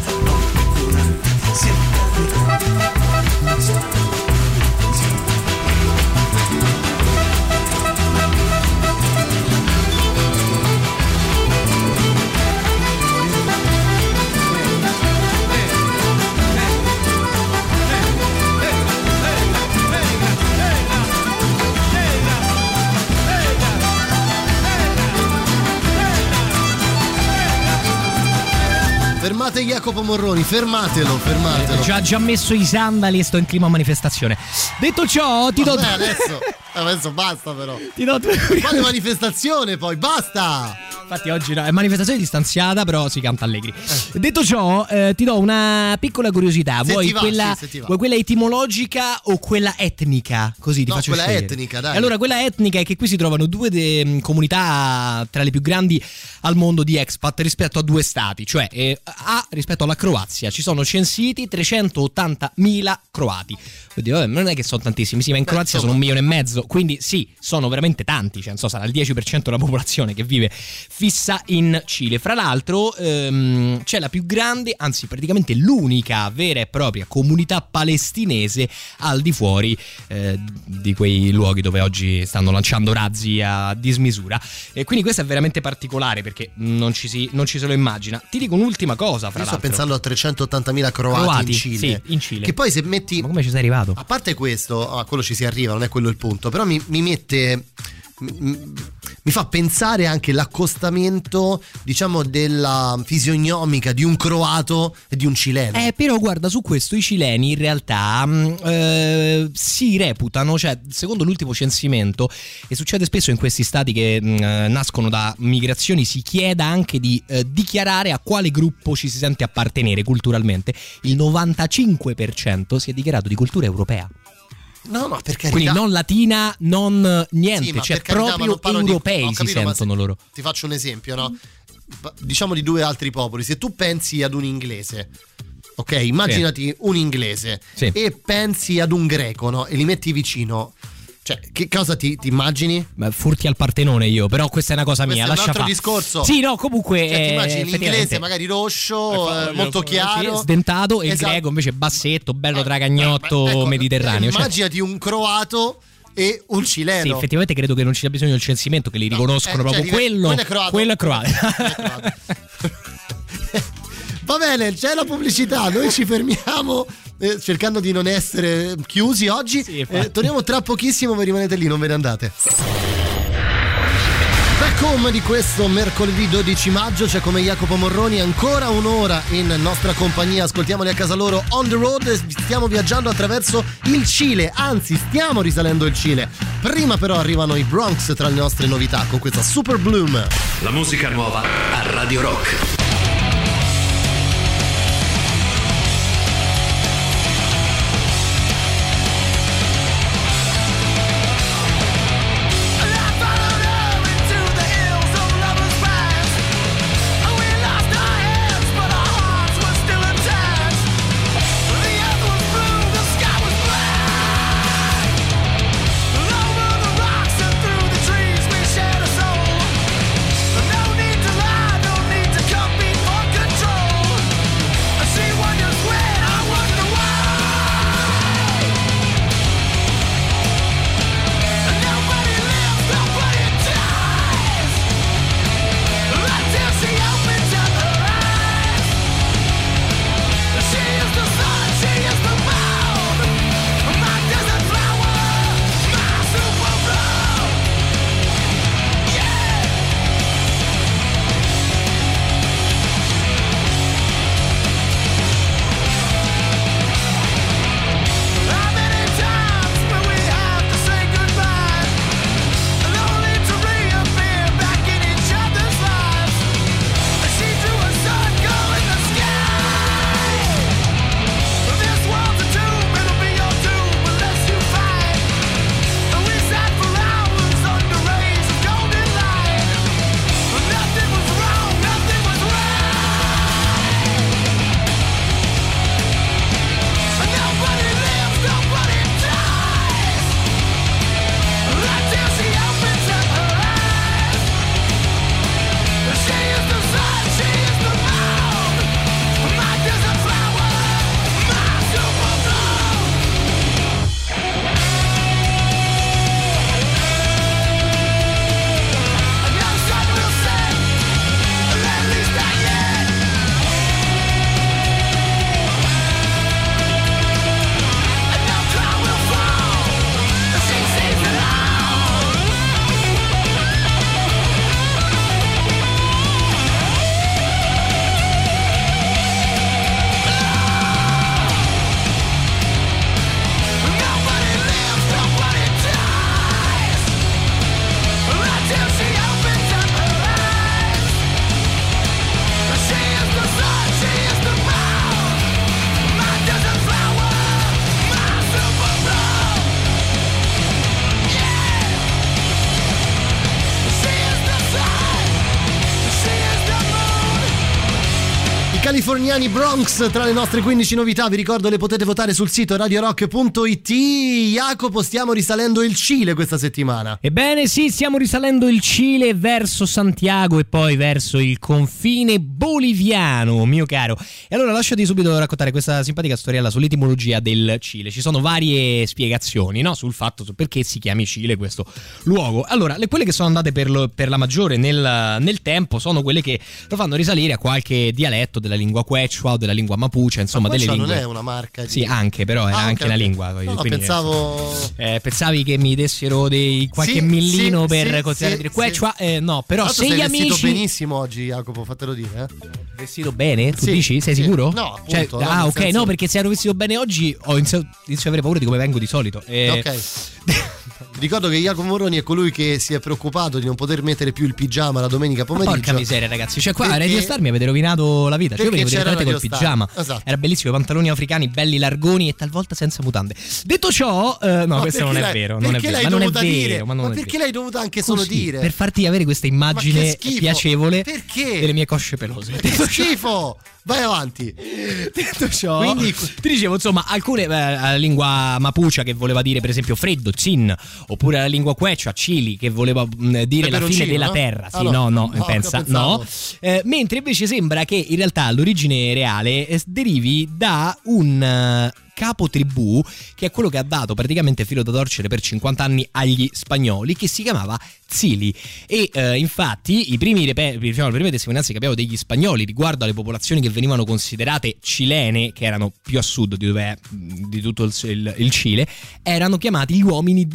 Fermate Jacopo Morroni, fermatelo, fermatelo. Già già messo i sandali e sto in clima manifestazione. Detto ciò, ti do Vabbè, adesso, adesso basta però. Ti do due... Quale manifestazione poi? Basta! Infatti oggi no, è manifestazione distanziata, però si canta allegri. Eh. Detto ciò, eh, ti do una piccola curiosità. Se Vuoi va, quella, sì, vuoi quella etimologica o quella etnica? Così ti no, faccio quella scegliere. etnica, dai. E allora quella etnica è che qui si trovano due de, comunità tra le più grandi al mondo di expat rispetto a due stati, cioè eh, a rispetto alla Croazia ci sono censiti trecentottantamila croati. Oddio, vabbè, non è che sono tantissimi, sì, ma in Beh, Croazia insomma. sono un milione e mezzo, quindi sì, sono veramente tanti, cioè non so, sarà il dieci per cento della popolazione che vive fissa in Cile. Fra l'altro ehm, c'è la più grande, anzi praticamente l'unica vera e propria comunità palestinese al di fuori eh, di quei luoghi dove oggi stanno lanciando razzi a dismisura, e quindi questo è veramente particolare perché non ci, si, non ci se lo immagina. Ti dico un'ultima cosa, fra Io l'altro. sto pensando a trecentottantamila croati, croati in Cile. Sì, in Cile. Che poi se metti... Ma come ci sei arrivato? A parte questo, a quello ci si arriva, non è quello il punto, però mi, mi mette... Mi, mi fa pensare anche l'accostamento, diciamo, della fisionomica di un croato e di un cileno. Eh, però guarda, su questo i cileni in realtà eh, si reputano, cioè secondo l'ultimo censimento, e succede spesso in questi stati che eh, nascono da migrazioni, si chieda anche di eh, dichiarare a quale gruppo ci si sente appartenere culturalmente. Il novantacinque per cento si è dichiarato di cultura europea. No, no, per carità. Quindi non latina, non niente, sì, cioè carità, proprio europei di, si sentono se, loro. Ti faccio un esempio, no? Diciamo di due altri popoli. Se tu pensi ad un inglese, ok, immaginati sì. un inglese sì. e pensi ad un greco, no? E li metti vicino. Cioè, che cosa ti, ti immagini? Beh, furti al Partenone io, però questa è una cosa questo mia, è lascia un altro fa. discorso. Sì, no, comunque cioè, ti immagini eh, l'inglese magari roscio, eh, molto chiaro, sì, sdentato, e esatto. il greco invece bassetto, bello tragagnotto, eh, ecco, mediterraneo. Eh, immaginati cioè... un croato e un cileno. Sì, effettivamente credo che non ci sia bisogno del censimento, che li riconoscono no, eh, proprio cioè, quello. Quello è croato. Quello è croato. Va bene, c'è la pubblicità, noi ci fermiamo eh, cercando di non essere chiusi oggi. Sì, eh, torniamo tra pochissimo, voi rimanete lì, non ve ne andate. Welcome di questo mercoledì dodici maggio, c'è come Jacopo Morroni ancora un'ora in nostra compagnia, ascoltiamoli a casa loro on the road e stiamo viaggiando attraverso il Cile, anzi stiamo risalendo il Cile. Prima però arrivano i Bronx tra le nostre novità con questa Super Bloom. La musica nuova a Radio Rock. Californiani Bronx tra le nostre quindici novità, vi ricordo le potete votare sul sito radio rock punto it. Jacopo, stiamo risalendo il Cile questa settimana. Ebbene sì, stiamo risalendo il Cile verso Santiago e poi verso il confine boliviano, mio caro. E allora lasciati subito raccontare questa simpatica storiella sull'etimologia del Cile. Ci sono varie spiegazioni, no, sul fatto su perché si chiami Cile questo luogo. Allora, le, quelle che sono andate per, lo, per la maggiore nel, nel tempo sono quelle che lo fanno risalire a qualche dialetto della lingua quechua o della lingua mapuche, insomma, delle lingue. Non è una marca di... Sì, anche, però era ah, anche okay. una lingua. No, no, pensavo eh, pensavi che mi dessero dei qualche sì, millino sì, per sì, considerare sì, dire quechua, sì. eh, no, però se gli amici. Sei vestito benissimo oggi, Jacopo, fatelo dire, eh. Vestito bene? Tu sì, dici? Sei sì. sicuro? No, appunto, cioè, no, ah, ok, senso... no, perché se ero vestito bene oggi ho iniziato, inizio a avere paura di come vengo di solito. Eh... Ok. Ricordo che Jacopo Morroni è colui che si è preoccupato di non poter mettere più il pigiama la domenica pomeriggio. Porca miseria, ragazzi, cioè qua perché... Radio Star mi avete rovinato la vita. Cioè io venivo direttamente col Star. pigiama. Esatto. Era bellissimo, i pantaloni africani belli largoni e talvolta senza mutande. Detto ciò, eh, no, ma questo non è vero, non è vero, ma non è vero, ma, non ma è perché vero. l'hai dovuta anche solo Così, dire? Per farti avere questa immagine piacevole perché? delle mie cosce pelose. Che schifo! Vai avanti. Detto ciò, quindi ti dicevo, insomma, alcune eh, la lingua mapuche che voleva dire per esempio freddo, zin, oppure la lingua quechua, chili, che voleva mh, dire la fine della no? terra. Sì, ah, no, no, no, no pensa, no. Eh, mentre invece sembra che in realtà l'origine reale eh, derivi da un uh, capo tribù che è quello che ha dato praticamente filo da torcere per cinquanta anni agli spagnoli, che si chiamava Zili. E eh, infatti i primi reper- diciamo, le prime testimonianze che abbiamo degli spagnoli riguardo alle popolazioni che venivano considerate cilene, che erano più a sud di dove è, di tutto il, il, il Cile, erano chiamati gli uomini di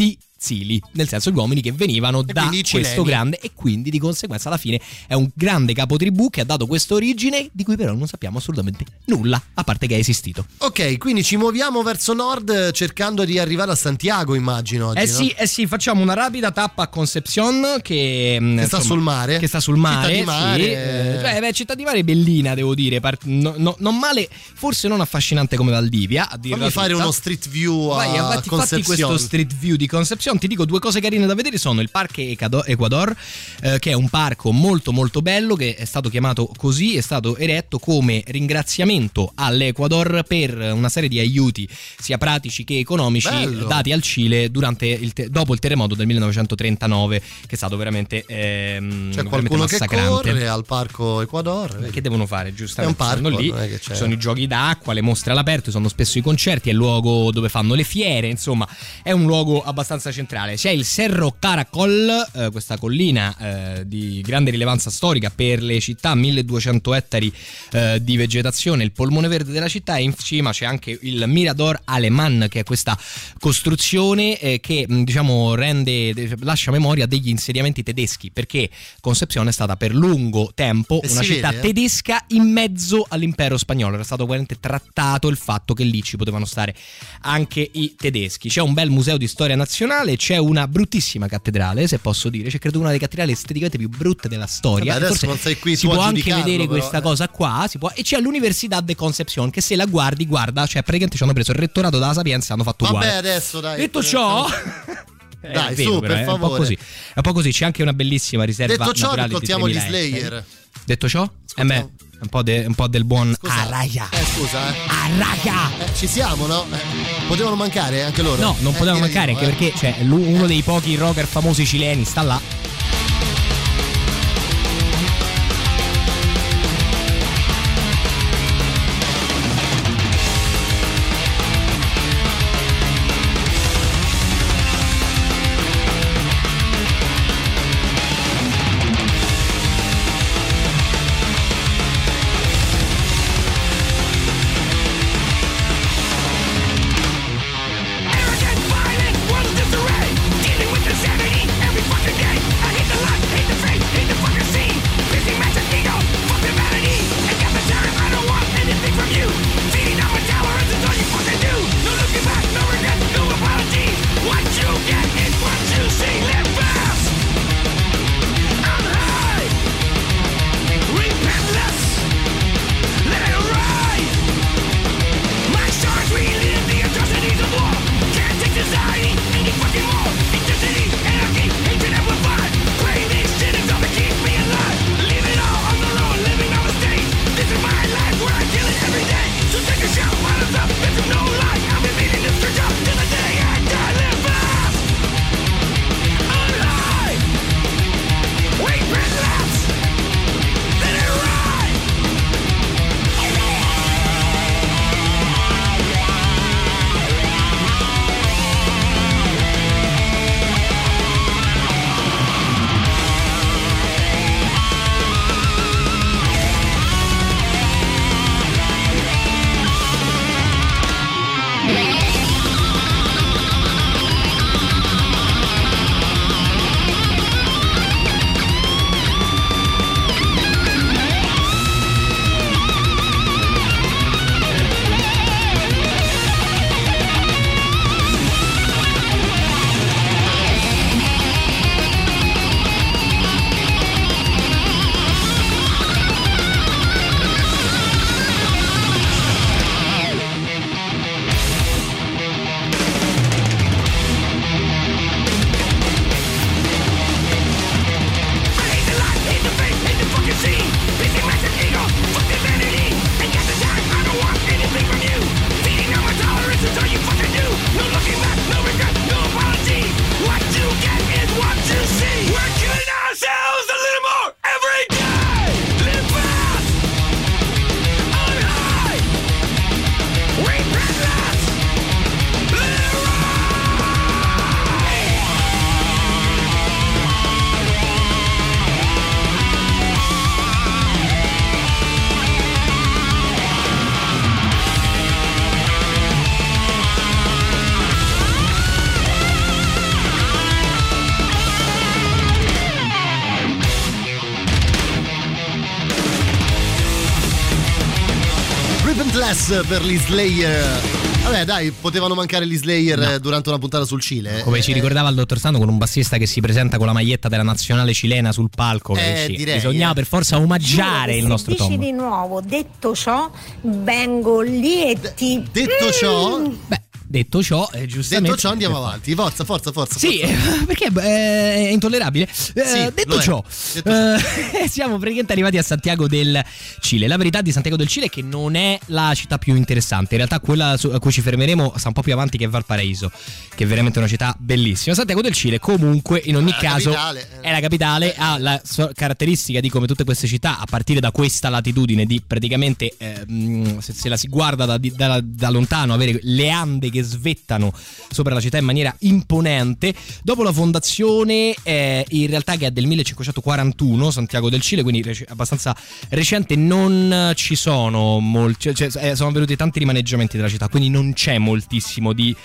zili, nel senso gli uomini che venivano E da quindi i questo cileni. grande, e quindi di conseguenza alla fine è un grande capotribù che ha dato questa origine di cui però non sappiamo assolutamente nulla, a parte che è esistito. Ok, quindi ci muoviamo verso nord cercando di arrivare a Santiago, immagino oggi, Eh no? sì, eh sì, facciamo una rapida tappa a Concepción che, mh, Che sta sul mare. Che sta sul mare, Città di mare, sì. eh. Eh, cioè, beh, città di mare è bellina, devo dire, part- no- no- non male, forse non affascinante come Valdivia, a dirla Fammi fare tutta. uno street view a Vai, fatti, fatti Concepción. questo street view di Concepción. Ti dico due cose carine da vedere: sono il Parque Ecado- Ecuador, eh, che è un parco molto molto bello, che è stato chiamato così, è stato eretto come ringraziamento all'Ecuador per una serie di aiuti sia pratici che economici Bello. dati al Cile durante il te- dopo il terremoto del millenovecentotrentanove, che è stato veramente ehm, C'è veramente qualcuno che massacrante. corre al parco Ecuador. Che devono fare? Giustamente È un parco, stanno lì, non è che c'è- ci sono i giochi d'acqua, le mostre all'aperto, ci sono spesso i concerti, è il luogo dove fanno le fiere, insomma è un luogo abbastanza centrale. C'è il Cerro Caracol, eh, questa collina eh, di grande rilevanza storica per le città, milleduecento ettari eh, di vegetazione, il polmone verde della città, e in cima c'è anche il Mirador Alemán, che è questa costruzione eh, che mh, diciamo rende, lascia memoria degli insediamenti tedeschi, perché Concepción è stata per lungo tempo E una si città vede, eh? tedesca in mezzo all'impero spagnolo. Era stato veramente trattato il fatto che lì ci potevano stare anche i tedeschi. C'è un bel museo di storia nazionale, c'è una bruttissima cattedrale, se posso dire, c'è credo una delle cattedrali esteticamente più brutte della storia. Vabbè, adesso Forse non sei qui si tu a può anche giudicarlo, vedere però, questa eh. cosa qua, si può, e c'è l'Università de Concepción, che se la guardi, guarda, cioè praticamente ci hanno preso il rettorato dalla Sapienza e hanno fatto Vabbè, uguale. adesso dai. Detto ciò, Dai, è su, vero, per però, è un po' favore. così. È un po' così, c'è anche una bellissima riserva Detto ciò, naturale di ascoltiamo gli tremila ettari. Slayer. Detto ciò, eh beh, un po', de- un po' del buon Scusa. Araya. Eh, scusa, eh. Araya. Eh, ci siamo, no? Eh, potevano mancare anche loro? No, non Eh, potevano direi mancare, di no, anche eh. perché cioè, lu- uno dei pochi rocker famosi cileni sta là. Arrogant, violent, world of disarray, dealing with insanity every fucking day. Repentless per gli Slayer. Vabbè dai, potevano mancare gli Slayer no. durante una puntata sul Cile. Come eh, ci ricordava il dottor Sando, con un bassista che si presenta con la maglietta della nazionale cilena sul palco. Eh, sì, direi, bisognava eh. per forza omaggiare il nostro Tom. Se dici di nuovo, detto ciò, vengo lì e ti... Detto ciò... Mm. Beh, detto ciò, eh, giustamente. Detto ciò, andiamo avanti. Forza, forza, forza. Sì, forza. perché eh, è intollerabile. Eh, sì, detto ciò, detto ciò. Eh, siamo praticamente arrivati a Santiago del Cile. La verità di Santiago del Cile è che non è la città più interessante. In realtà, quella a cui ci fermeremo sta un po' più avanti, che è Valparaíso, che è veramente una città bellissima. Santiago del Cile, comunque, in ogni la caso, capitale. è la capitale. Ha la caratteristica di, come tutte queste città, a partire da questa latitudine, di praticamente, eh, se, se la si guarda da, da, da lontano, avere le Ande che svettano sopra la città in maniera imponente. Dopo la fondazione, eh, in realtà, che è del millecinquecentoquarantuno, Santiago del Cile, quindi rec- abbastanza recente, non ci sono molti, cioè, eh, sono avvenuti tanti rimaneggiamenti della città, quindi non c'è moltissimo di,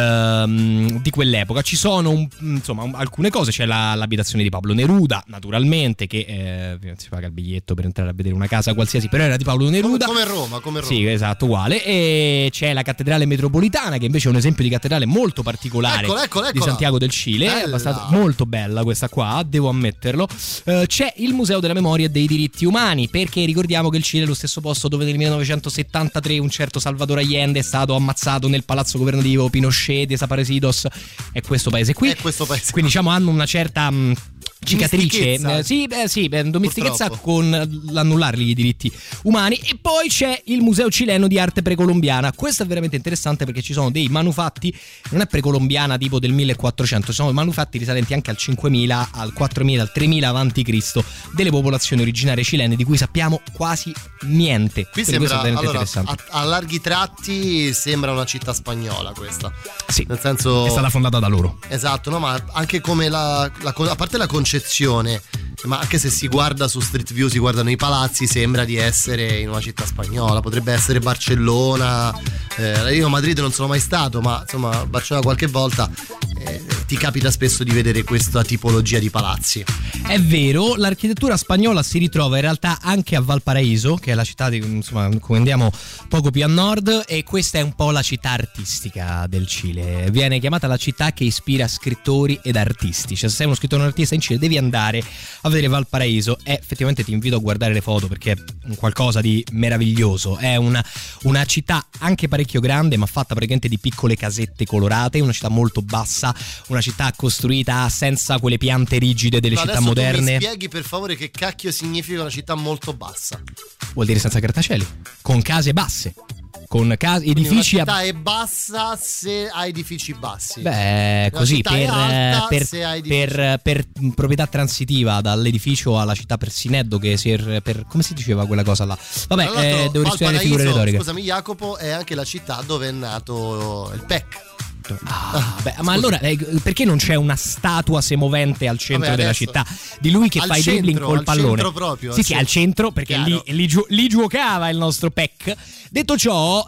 ehm, di quell'epoca. Ci sono un, insomma un, alcune cose. C'è la, l'abitazione di Pablo Neruda, naturalmente, che eh, si paga il biglietto per entrare a vedere una casa qualsiasi, però era di Pablo Neruda, come, come Roma, come Roma. Sì, esatto, uguale. E c'è la cattedrale metropolitana, che invece è un esempio di cattedrale molto particolare, eccola, eccola, eccola. di Santiago del Cile. Bella. È abbastanza, molto bella questa qua, devo ammetterlo. Uh, c'è il Museo della Memoria e dei Diritti Umani, perché ricordiamo che il Cile è lo stesso posto dove nel millenovecentosettantatré un certo Salvador Allende è stato ammazzato nel palazzo governativo Pinochet, Desaparecidos. È questo paese qui. È questo paese. Quindi diciamo hanno una certa mh, cicatrice, eh, sì, beh, sì, beh, domestichezza con l'annullarli i diritti umani. E poi c'è il Museo Cileno di Arte Precolombiana. Questo è veramente interessante perché ci sono dei manufatti, non è precolombiana tipo del millequattrocento, sono manufatti risalenti anche al cinquemila, al quattromila, al tremila avanti Cristo, delle popolazioni originarie cilene di cui sappiamo quasi niente. Qui quindi sembra, questo è allora, interessante. a, a larghi tratti sembra una città spagnola questa. Sì, nel senso è stata fondata da loro. Esatto, no, ma anche come la, la a parte la concezione, ma anche se si guarda su Street View, si guardano i palazzi, sembra di essere in una città spagnola. Potrebbe essere Barcellona. Eh, io a Madrid non sono mai stato, ma insomma Barcellona qualche volta. Eh, ti capita spesso di vedere questa tipologia di palazzi. È vero, l'architettura spagnola si ritrova in realtà anche a Valparaíso, che è la città di, insomma, come andiamo poco più a nord, e questa è un po' la città artistica del Cile. Viene chiamata la città che ispira scrittori ed artisti. Cioè, se sei uno scrittore o un artista in Cile, devi andare a vedere Valparaíso, e effettivamente ti invito a guardare le foto perché è qualcosa di meraviglioso. È una, una città anche parecchio grande, ma fatta praticamente di piccole casette colorate, una città molto bassa, una città costruita senza quelle piante rigide delle no, città adesso moderne. Tu mi spieghi per favore che cacchio significa una città molto bassa? Vuol dire senza grattacieli, con case basse, con case, edifici. Una città è bassa se ha edifici bassi. Beh, una così per, per, per, per proprietà transitiva dall'edificio alla città per Sineddo, che si è, per, come si diceva quella cosa là? Vabbè, eh, devo ristudiare le figure retoriche. Scusami Jacopo, è anche la città dove è nato il P E C. Ah, beh, ma allora eh, perché non c'è una statua semovente al centro Vabbè, della città di lui che fa i dribbling col pallone? Al centro proprio. Sì, sì, al centro, perché lì, lì, giu- lì giocava il nostro P E C. Detto ciò,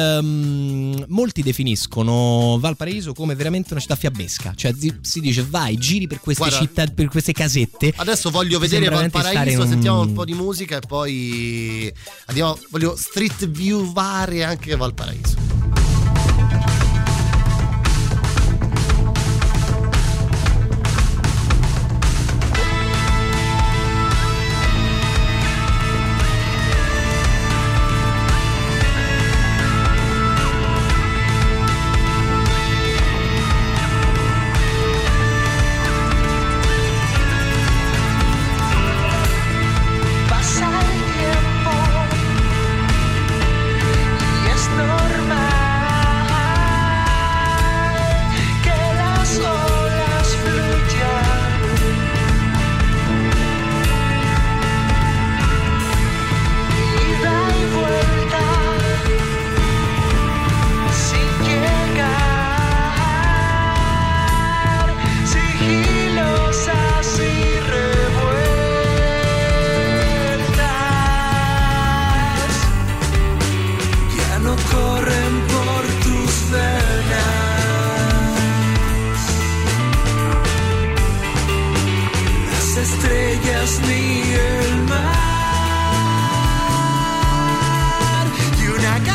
ehm, molti definiscono Valparaíso come veramente una città fiabesca. Cioè si dice vai, giri per queste Guarda, città, per queste casette. Adesso voglio vedere Valparaíso, un... sentiamo un po' di musica e poi andiamo, voglio street vieware anche Valparaíso. Pasa el tiempo y es normal.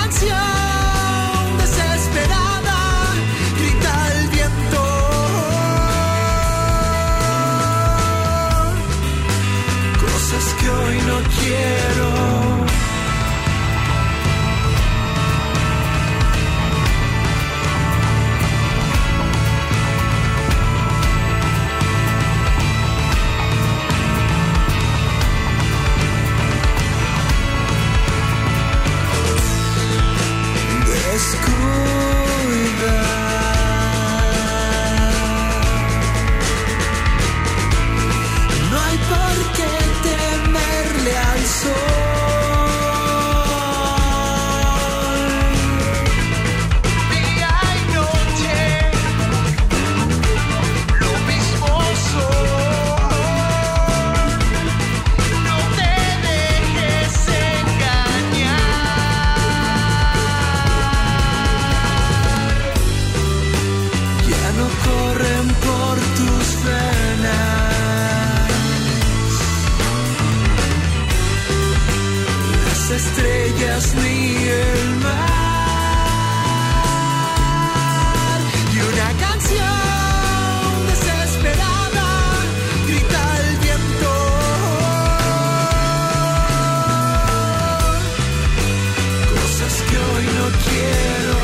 canción desesperada, grita el viento. Cosas que hoy no quiero. No hay por qué temerle al sol. Día y noche, lo mismo son. No te dejes engañar. Ya no corren por tus venas las estrellas ni el mar, y una canción desesperada grita el viento. Cosas que hoy no quiero.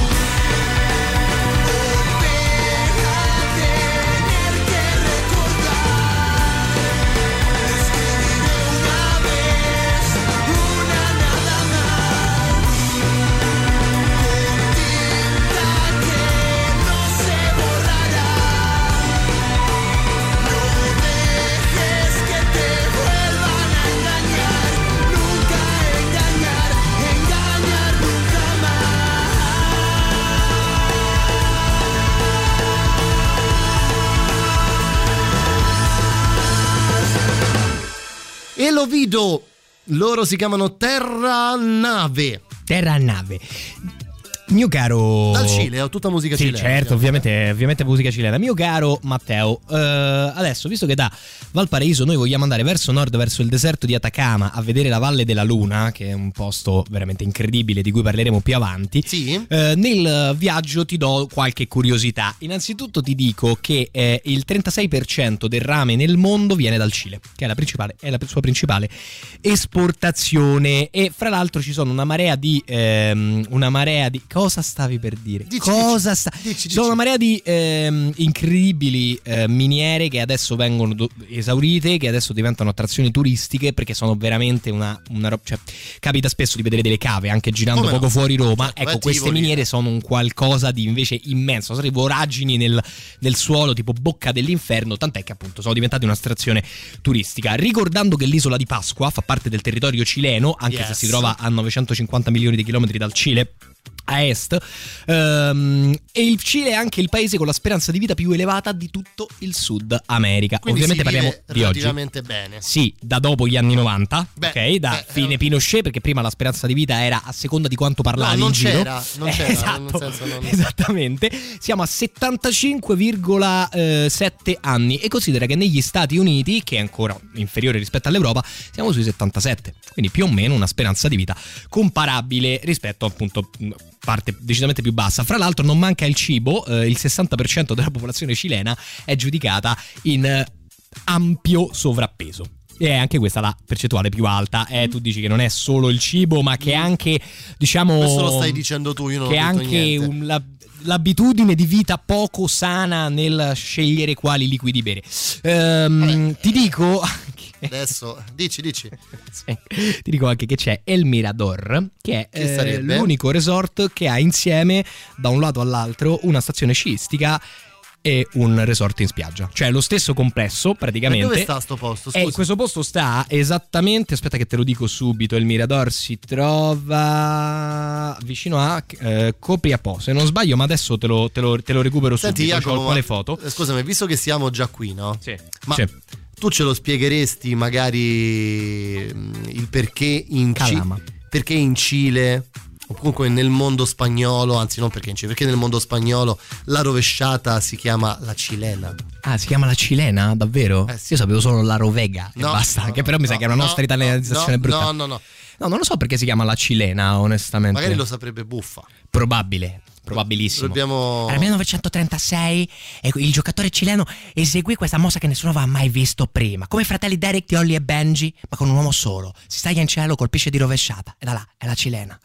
E lo vedo, loro si chiamano Terra Nave. Terra Nave. Mio caro... Dal Cile, ho tutta musica sì, cilena. certo, ovviamente, ovviamente musica cilena. Mio caro Matteo, eh, adesso, visto che da Valparaíso noi vogliamo andare verso nord, verso il deserto di Atacama, a vedere la Valle della Luna, che è un posto veramente incredibile di cui parleremo più avanti, sì. eh, nel viaggio ti do qualche curiosità. Innanzitutto ti dico che eh, il trentasei per cento del rame nel mondo viene dal Cile, che è la principale, è la sua principale esportazione, e fra l'altro ci sono una marea di... Ehm, una marea di... Cosa stavi per dire? Dici, Cosa dici, sta... dici, Ci sono una marea di ehm, incredibili eh, miniere che adesso vengono do- esaurite, che adesso diventano attrazioni turistiche, perché sono veramente una, una roba. Cioè, capita spesso di vedere delle cave anche girando Come poco no? fuori Roma. Certo, ecco, beh, queste Tivoli. miniere sono un qualcosa di invece immenso, sono state voragini nel, nel suolo, tipo bocca dell'inferno, tant'è che appunto sono diventate un'attrazione turistica. Ricordando che l'isola di Pasqua fa parte del territorio cileno, anche Yes. se si trova a novecentocinquanta milioni di chilometri dal Cile a est, um, e il Cile è anche il paese con la speranza di vita più elevata di tutto il Sud America. Quindi ovviamente si vive parliamo di oggi. relativamente bene. Sì, da dopo gli anni novanta, Beh, ok, da beh, fine eh, Pinochet, perché prima la speranza di vita era a seconda di quanto parlavi No, non in giro. c'era, non c'era, Eh, esatto, nel senso non- esattamente. Siamo a settantacinque virgola sette anni, e considera che negli Stati Uniti, che è ancora inferiore rispetto all'Europa, siamo sui settantasette, quindi più o meno una speranza di vita comparabile rispetto appunto parte decisamente più bassa. Fra l'altro non manca il cibo, eh, il sessanta per cento della popolazione cilena è giudicata in eh, ampio sovrappeso. E è anche questa la percentuale più alta. Eh, tu dici che non è solo il cibo, ma che è anche, diciamo, Questo lo stai dicendo tu, io non che ho è detto anche niente. un, la, l'abitudine di vita poco sana nel scegliere quali liquidi bere. Ehm, ti dico Adesso dici, dici. sì, ti dico anche che c'è El Mirador, che è Che eh, sarebbe? l'unico resort che ha insieme da un lato all'altro una stazione sciistica e un resort in spiaggia, cioè lo stesso complesso praticamente. Ma dove sta sto posto? Eh, questo posto sta esattamente, aspetta che te lo dico subito, il Mirador si trova vicino a eh, Copiapó, se non sbaglio, ma adesso te lo, te lo, te lo recupero Senti, subito. Jacopo, C'ho qua le ma- foto. eh, Scusami, visto che siamo già qui, no? Sì. Ma Sì. tu ce lo spiegheresti magari mm, il perché in Calama. Cile, perché in Cile o comunque nel mondo spagnolo, anzi non perché in Cile, perché nel mondo spagnolo la rovesciata si chiama la cilena. Ah, si chiama la cilena? Davvero? Eh, sì. Io sapevo solo la rovega e No, basta, no, che però mi sa no, che è una no, nostra italianizzazione no, brutta. No, no, no. No, non lo so perché si chiama La Cilena, onestamente. Magari lo saprebbe Buffa. Probabile. Probabilissimo. Dobbiamo... Nel millenovecentotrentasei il giocatore cileno eseguì questa mossa che nessuno aveva mai visto prima. Come i fratelli Derek di Holly e Benji, ma con un uomo solo. Si staglia in cielo, colpisce di rovesciata. E da là è La Cilena.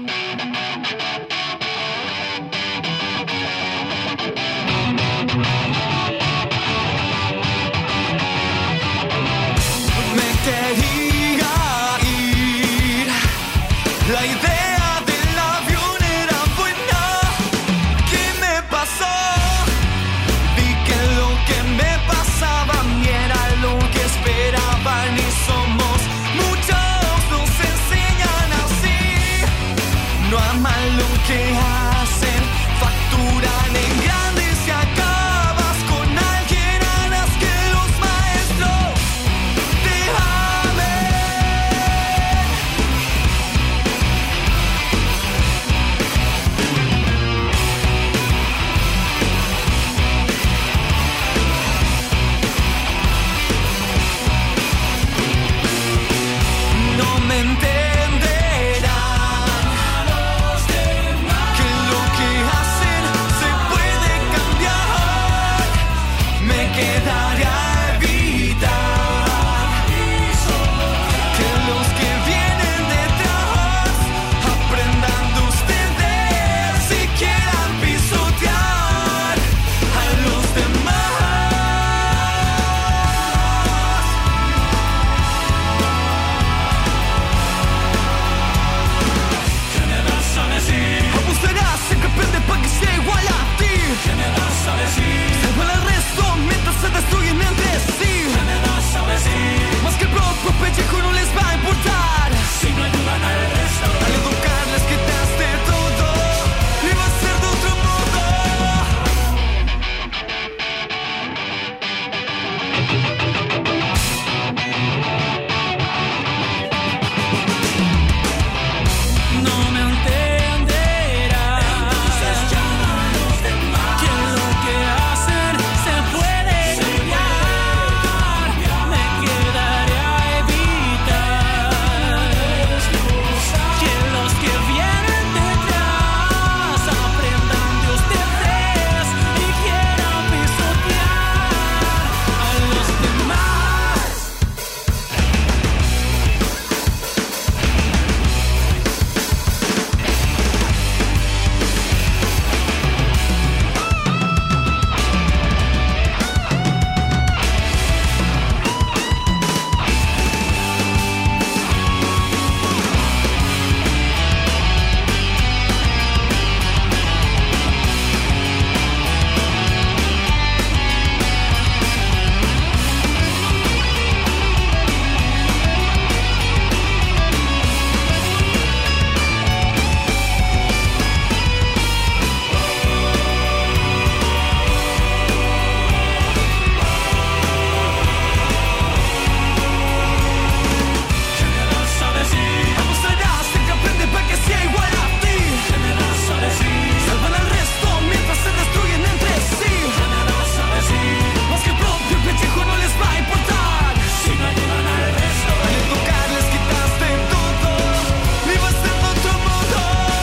Me quería ir. La idea del avión era buena. ¿Qué me pasó? Vi que lo que me pasaba a mí era lo que esperaban y somos muchos, nos enseñan así. No aman lo que hacen, facturan en grande y si acabas con alguien harás que los maestros te amen. No me entenderán que lo que hacen se puede cambiar. Me quedaré a evitar que los que vienen detrás aprendan de ustedes si quieran pisotear a los demás. Abuserás sin que aprende para que sea igual a ti. Salvan al resto mientras se destruyen entre sí. Más que el propio pellejo no les va a importar si no ayudan al resto. Al educarles quitaste todo y va a ser de otro modo. No me entenderás. Entonces llama a los demás. Que lo que hacen se puede cambiar. Me quedaré a evitar que los que vienen detrás aprendan de ustedes y quieran pisotear a los demás. Abuserás sin que aprende para que sea igual a ti. Salvan al resto mientras se destruyen entre sí. Más que el propio pellejo no les va a importar si no ayudan al resto. Al educarles quitaste todo y va a ser de otro modo.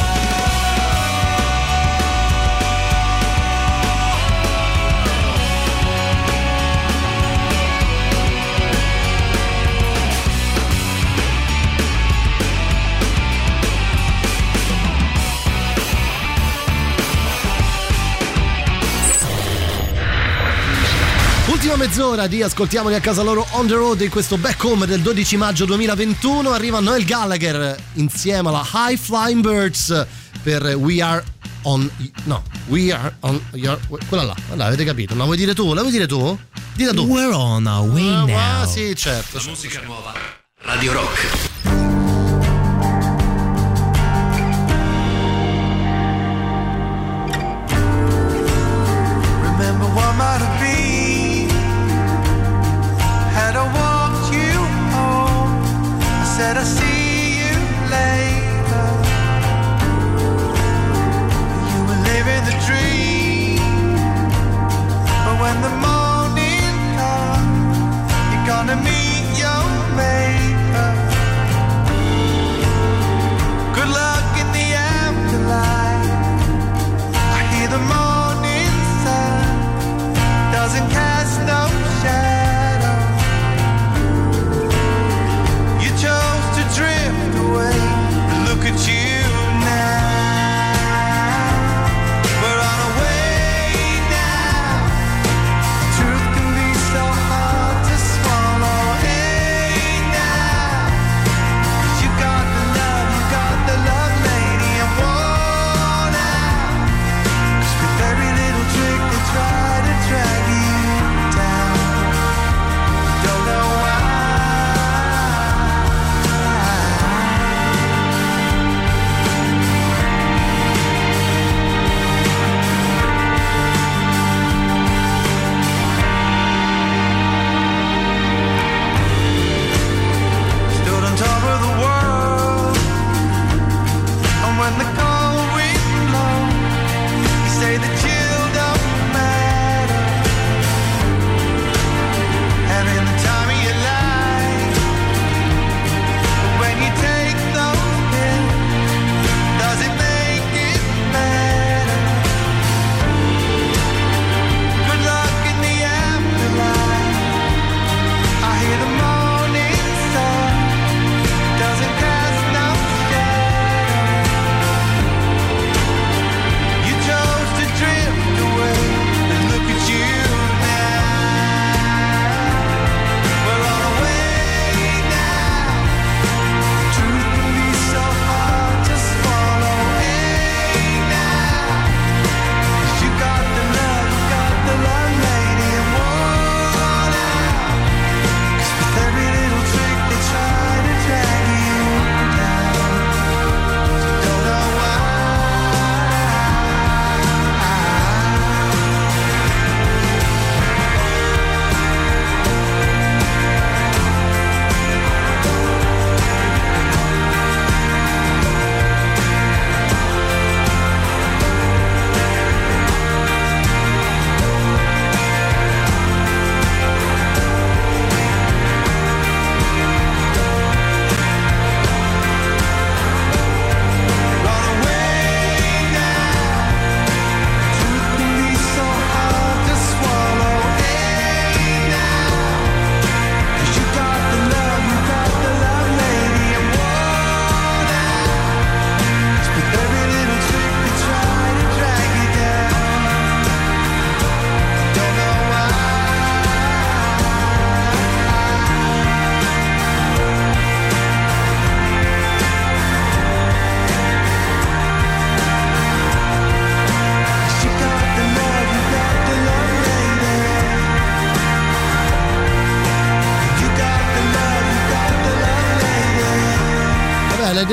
Ultima mezz'ora di Ascoltiamoli a casa loro on the road in questo back home del dodici maggio duemilaventuno. Arriva Noel Gallagher insieme alla High Flying Birds per We Are on... No, We Are on... Your, quella là, allora, avete capito? La vuoi dire tu? La vuoi dire tu? Dilla tu. We're on our way Ah, now. ah, sì, certo. La musica nuova. Radio Rock. Remember what might have been had I walked you home. I said I'll see you later. You were living the dream, but when the morning comes, you're gonna meet your maker.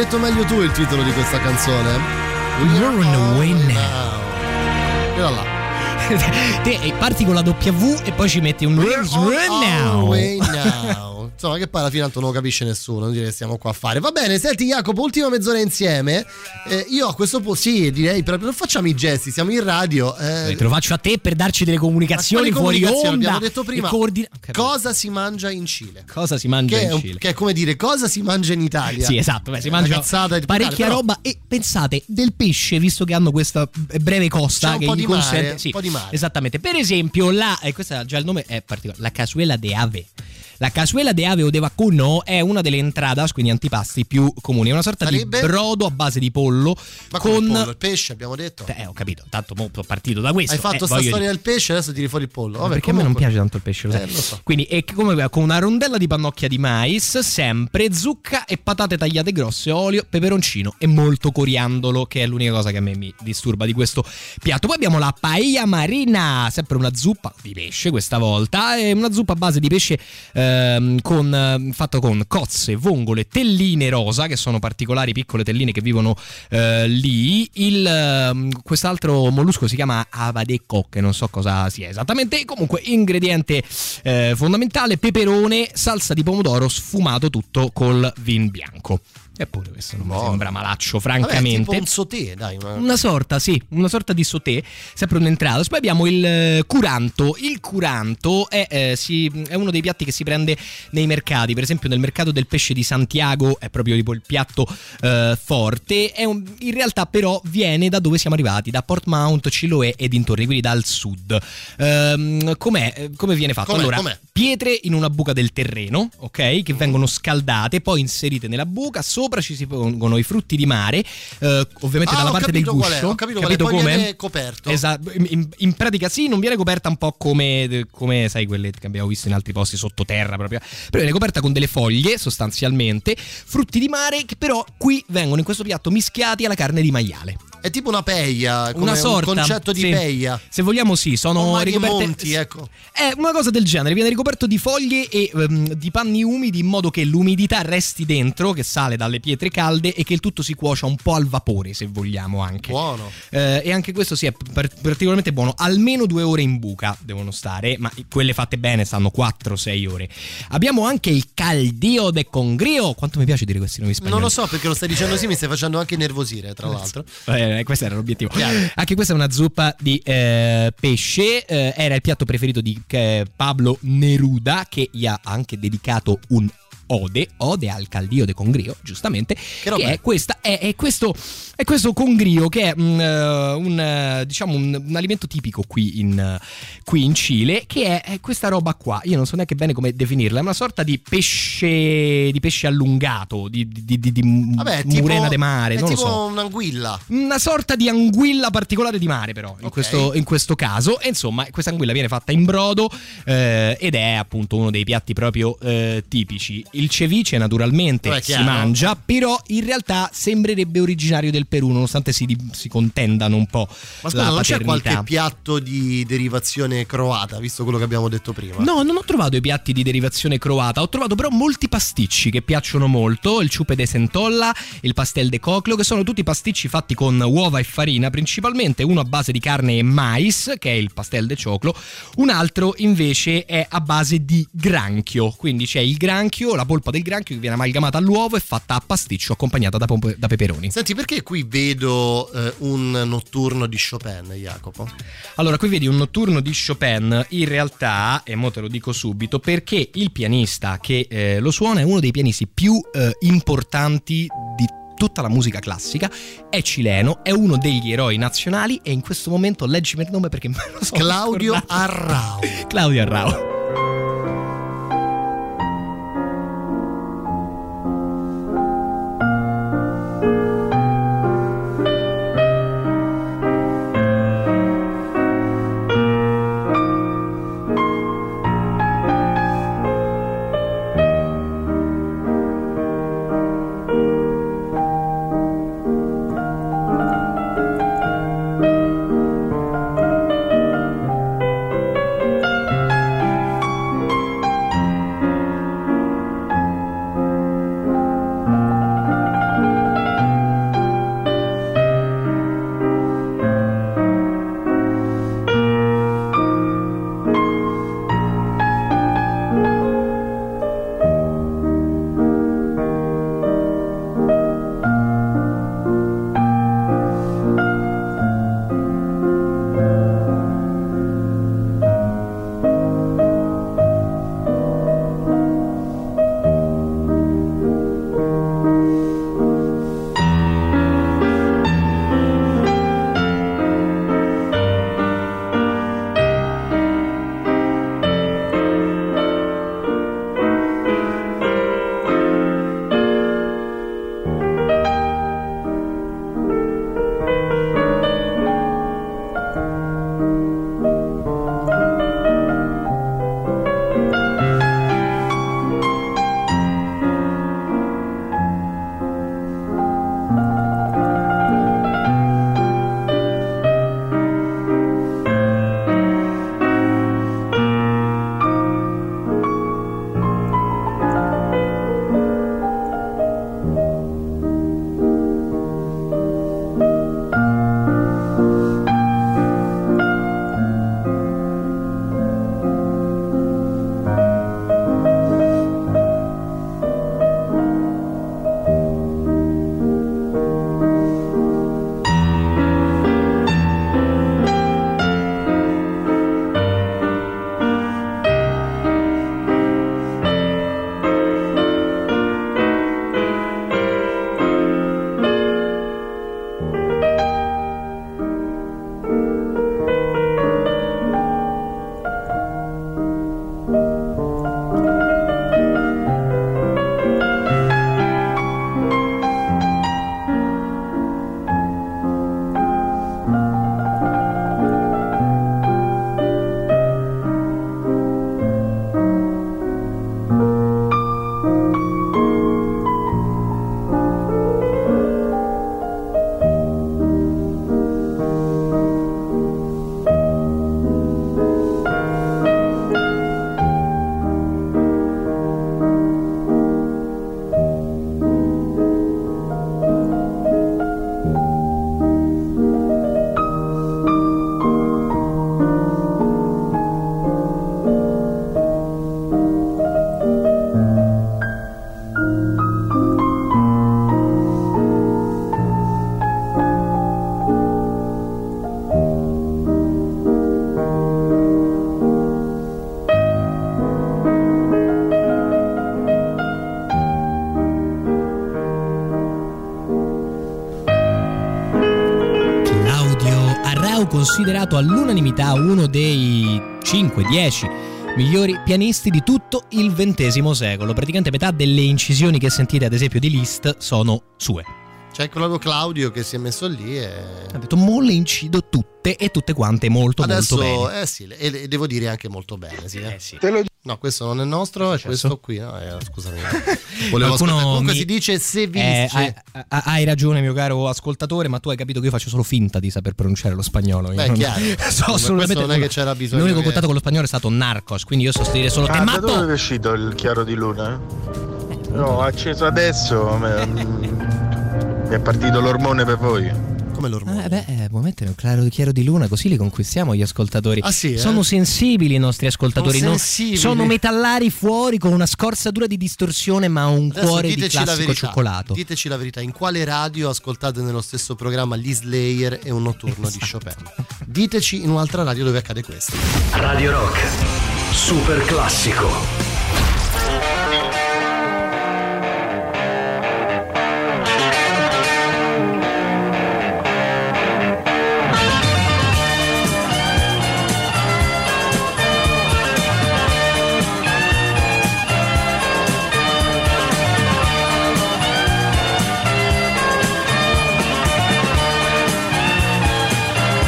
detto meglio tu il titolo di questa canzone. Run Away Now. Quella là. Te parti con la W e poi ci metti un Run Now. Away Now. Insomma, che poi alla fine tanto non lo capisce nessuno, non dire che stiamo qua a fare. Va bene, senti Jacopo, ultima mezz'ora insieme. Eh, io a questo punto, sì, direi proprio non facciamo i gesti, siamo in radio. Eh, te lo faccio a te per darci delle comunicazioni fuori comunicazioni? onda. Abbiamo detto prima, coordina- cosa si mangia in Cile? Cosa si mangia che in è un, Cile? Che è come dire, cosa si mangia in Italia? Sì, esatto, beh, si mangia parecchia però... roba. E pensate, del pesce, visto che hanno questa breve costa, c'è un che po' gli di consente mare, sì, un po' di mare. Esattamente. Per esempio, la, e questo già il nome è particolare, la cazuela de ave. La cazuela de ave o de vacuno è una delle entradas, quindi antipasti più comuni. È una sorta Sarebbe? di brodo a base di pollo. Ma con con il pollo, il pesce abbiamo detto. Eh, ho capito, tanto mo sono partito da questo. Hai fatto eh, sta storia dire... del pesce, adesso tiri fuori il pollo. Vabbè, perché comunque... a me non piace tanto il pesce, lo, eh, lo so. Quindi è come con una rondella di pannocchia di mais, sempre zucca e patate tagliate grosse, olio, peperoncino e molto coriandolo, che è l'unica cosa che a me mi disturba di questo piatto. Poi abbiamo la paella marina, sempre una zuppa di pesce questa volta, è una zuppa a base di pesce ehm, con fatto con cozze, vongole, telline rosa, che sono particolari piccole telline che vivono eh, lì. Il, eh, quest'altro mollusco si chiama avadeco, che non so cosa sia esattamente. Comunque ingrediente eh, fondamentale: peperone, salsa di pomodoro sfumato tutto col vin bianco. Eppure questo non mi Buono. sembra malaccio, francamente. Vabbè, tipo un sauté, dai. Una... una sorta, sì, una sorta di sauté, sempre un'entrata. Poi abbiamo il eh, curanto. Il curanto è, eh, si, è uno dei piatti che si prende nei mercati. Per esempio nel mercato del pesce di Santiago è proprio tipo il piatto eh, forte. È un, in realtà però viene da dove siamo arrivati, da Portmount, Chiloé e dintorni, quindi dal sud. Ehm, com'è? Come viene fatto? Com'è? Allora, Com'è? pietre in una buca del terreno, ok? Che vengono scaldate, poi inserite nella buca. Sopra ci si pongono i frutti di mare, eh, ovviamente ah, dalla parte del guscio. guscio. Ho capito, capito qual è. Poi come? viene coperto. Esatto. In, in pratica sì, non viene coperta un po' come, come sai quelle che abbiamo visto in altri posti sottoterra proprio, però viene coperta con delle foglie sostanzialmente, frutti di mare che però qui vengono in questo piatto mischiati alla carne di maiale. È tipo una peia, come una sorta, un concetto di sì. peia. Se vogliamo sì, sono ricoperte monti, ecco. È una cosa del genere, viene ricoperto di foglie e um, di panni umidi in modo che l'umidità resti dentro, che sale dalle pietre calde e che il tutto si cuocia un po' al vapore, se vogliamo anche. Buono. Eh, e anche questo sì è par- particolarmente buono. Almeno due ore in buca devono stare, ma quelle fatte bene stanno quattro sei ore. Abbiamo anche il caldio de congrio. Quanto mi piace dire questi nomi spagnoli. Non lo so perché lo stai dicendo così, mi stai facendo anche nervosire, tra l'altro. Eh, questo era l'obiettivo. Chiaro. Anche questa è una zuppa di eh, pesce, eh, era il piatto preferito di eh, Pablo Neruda, che gli ha anche dedicato un ode, ode al caldio de congrio, giustamente, che, che è questa è, è questo è questo congrio che è un, un diciamo un, un alimento tipico qui in qui in Cile, che è, è questa roba qua. Io non so neanche bene come definirla, è una sorta di pesce di pesce allungato, di, di, di, di Vabbè, murena tipo, de mare, non è lo tipo so. un'anguilla. Una sorta di anguilla particolare di mare, però, in, okay. questo, in questo caso. E insomma, questa anguilla viene fatta in brodo eh, ed è appunto uno dei piatti proprio eh, tipici. Il ceviche naturalmente Beh, si mangia, però in realtà sembrerebbe originario del Perù, nonostante si, si contendano un po'. Ma scusa, la non paternità. c'è qualche piatto di derivazione croata, visto quello che abbiamo detto prima? No, non ho trovato i piatti di derivazione croata, ho trovato però molti pasticci che piacciono molto, il chupe de centolla, il pastel de coclo, che sono tutti pasticci fatti con uova e farina, principalmente uno a base di carne e mais, che è il pastel de choclo, un altro invece è a base di granchio, quindi c'è il granchio, la polpa del granchio che viene amalgamata all'uovo e fatta a pasticcio accompagnata da, pompe, da peperoni. Senti, perché qui vedo eh, un notturno di Chopin, Jacopo? Allora, qui vedi un notturno di Chopin, in realtà, e mo te lo dico subito, perché il pianista che eh, lo suona è uno dei pianisti più eh, importanti di tutta la musica classica, è cileno, è uno degli eroi nazionali e in questo momento leggimi il nome perché me lo so. Claudio scordato. Arrau. Claudio Arrau. Leao, considerato all'unanimità uno dei cinque dieci migliori pianisti di tutto il ventesimo secolo. Praticamente metà delle incisioni che sentite ad esempio di Liszt sono sue. C'è quello Claudio che si è messo lì e ha detto: mo le incido tutte e tutte quante molto adesso, molto bene. Eh sì, e, e devo dire anche molto bene, sì, eh. Eh sì. Te lo... No, questo non è nostro, è questo qui, no? Eh, scusami. Volevo Qualcuno ascoltare. Comunque mi... si dice se vi eh, dice... hai, hai ragione, mio caro ascoltatore, ma tu hai capito che io faccio solo finta di saper pronunciare lo spagnolo. Io Beh, non... chiaro. so assolutamente non è che c'era bisogno. L'unico che... contatto con lo spagnolo è stato Narcos, quindi io so dire solo ah, te da matto. dove è uscito il chiaro di luna? Eh, no, ho acceso adesso. Mi è partito l'ormone per voi. Come l'ormone? Eh beh, eh, può mettere un chiaro, chiaro di luna, così li conquistiamo gli ascoltatori. Ah, sì, eh? Sono sensibili i nostri ascoltatori. Sono, no? sensibili. Sono metallari fuori con una scorzatura di distorsione, ma un Adesso cuore di classico cioccolato. Diteci la verità, in quale radio ascoltate nello stesso programma gli Slayer e un notturno esatto. di Chopin? Diteci in un'altra radio dove accade questo. Radio Rock, super classico.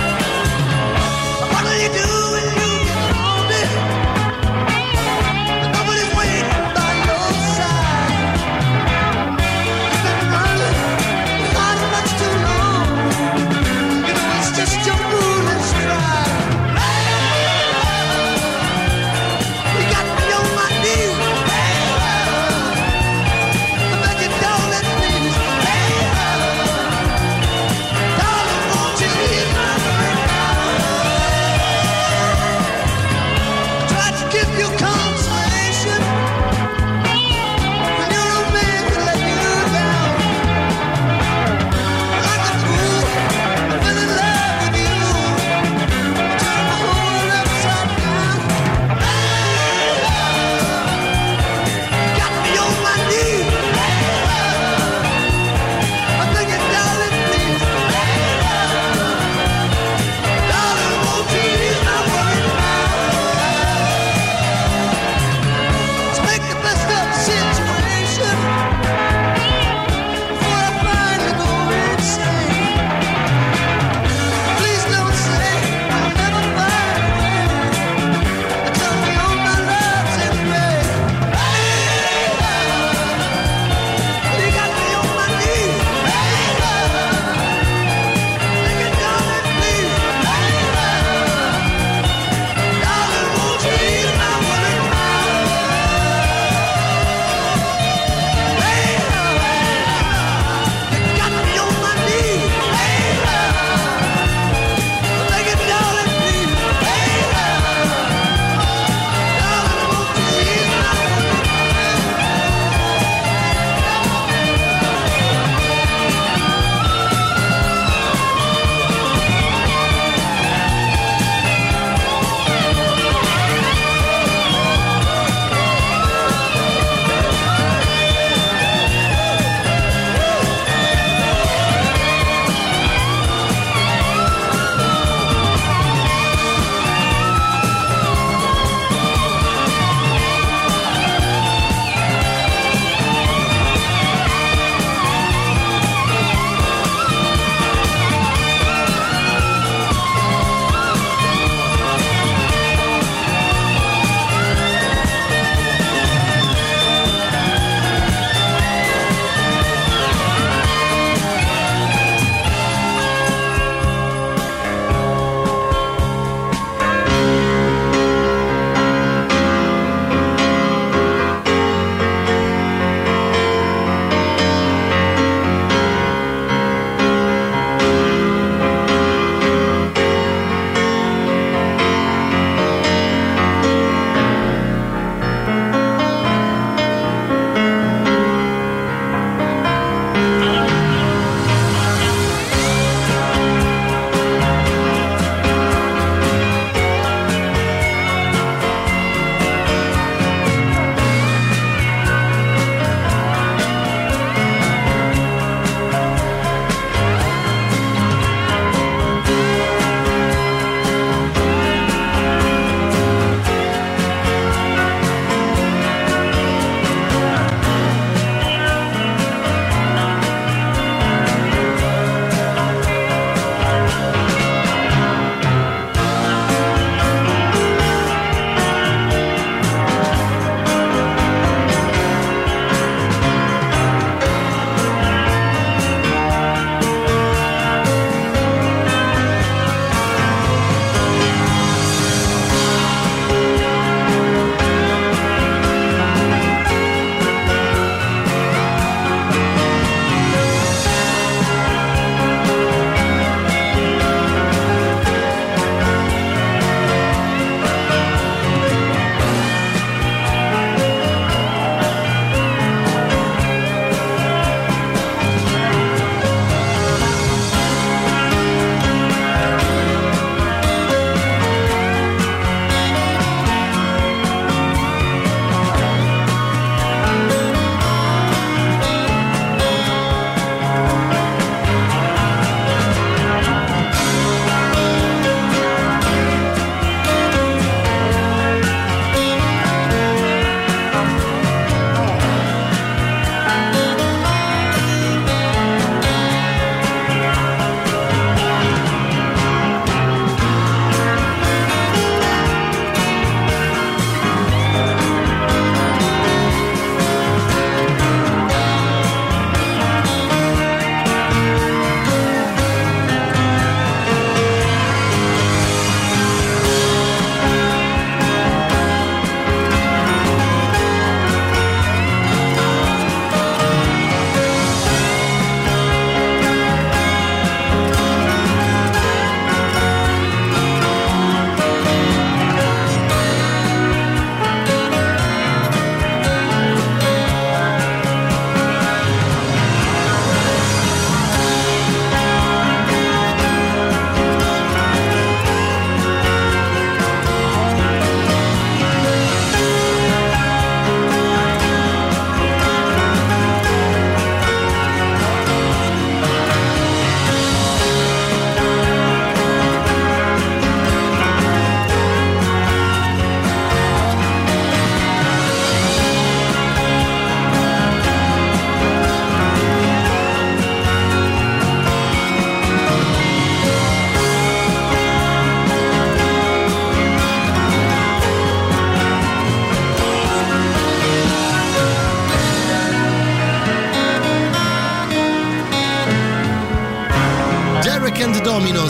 What are you doing? You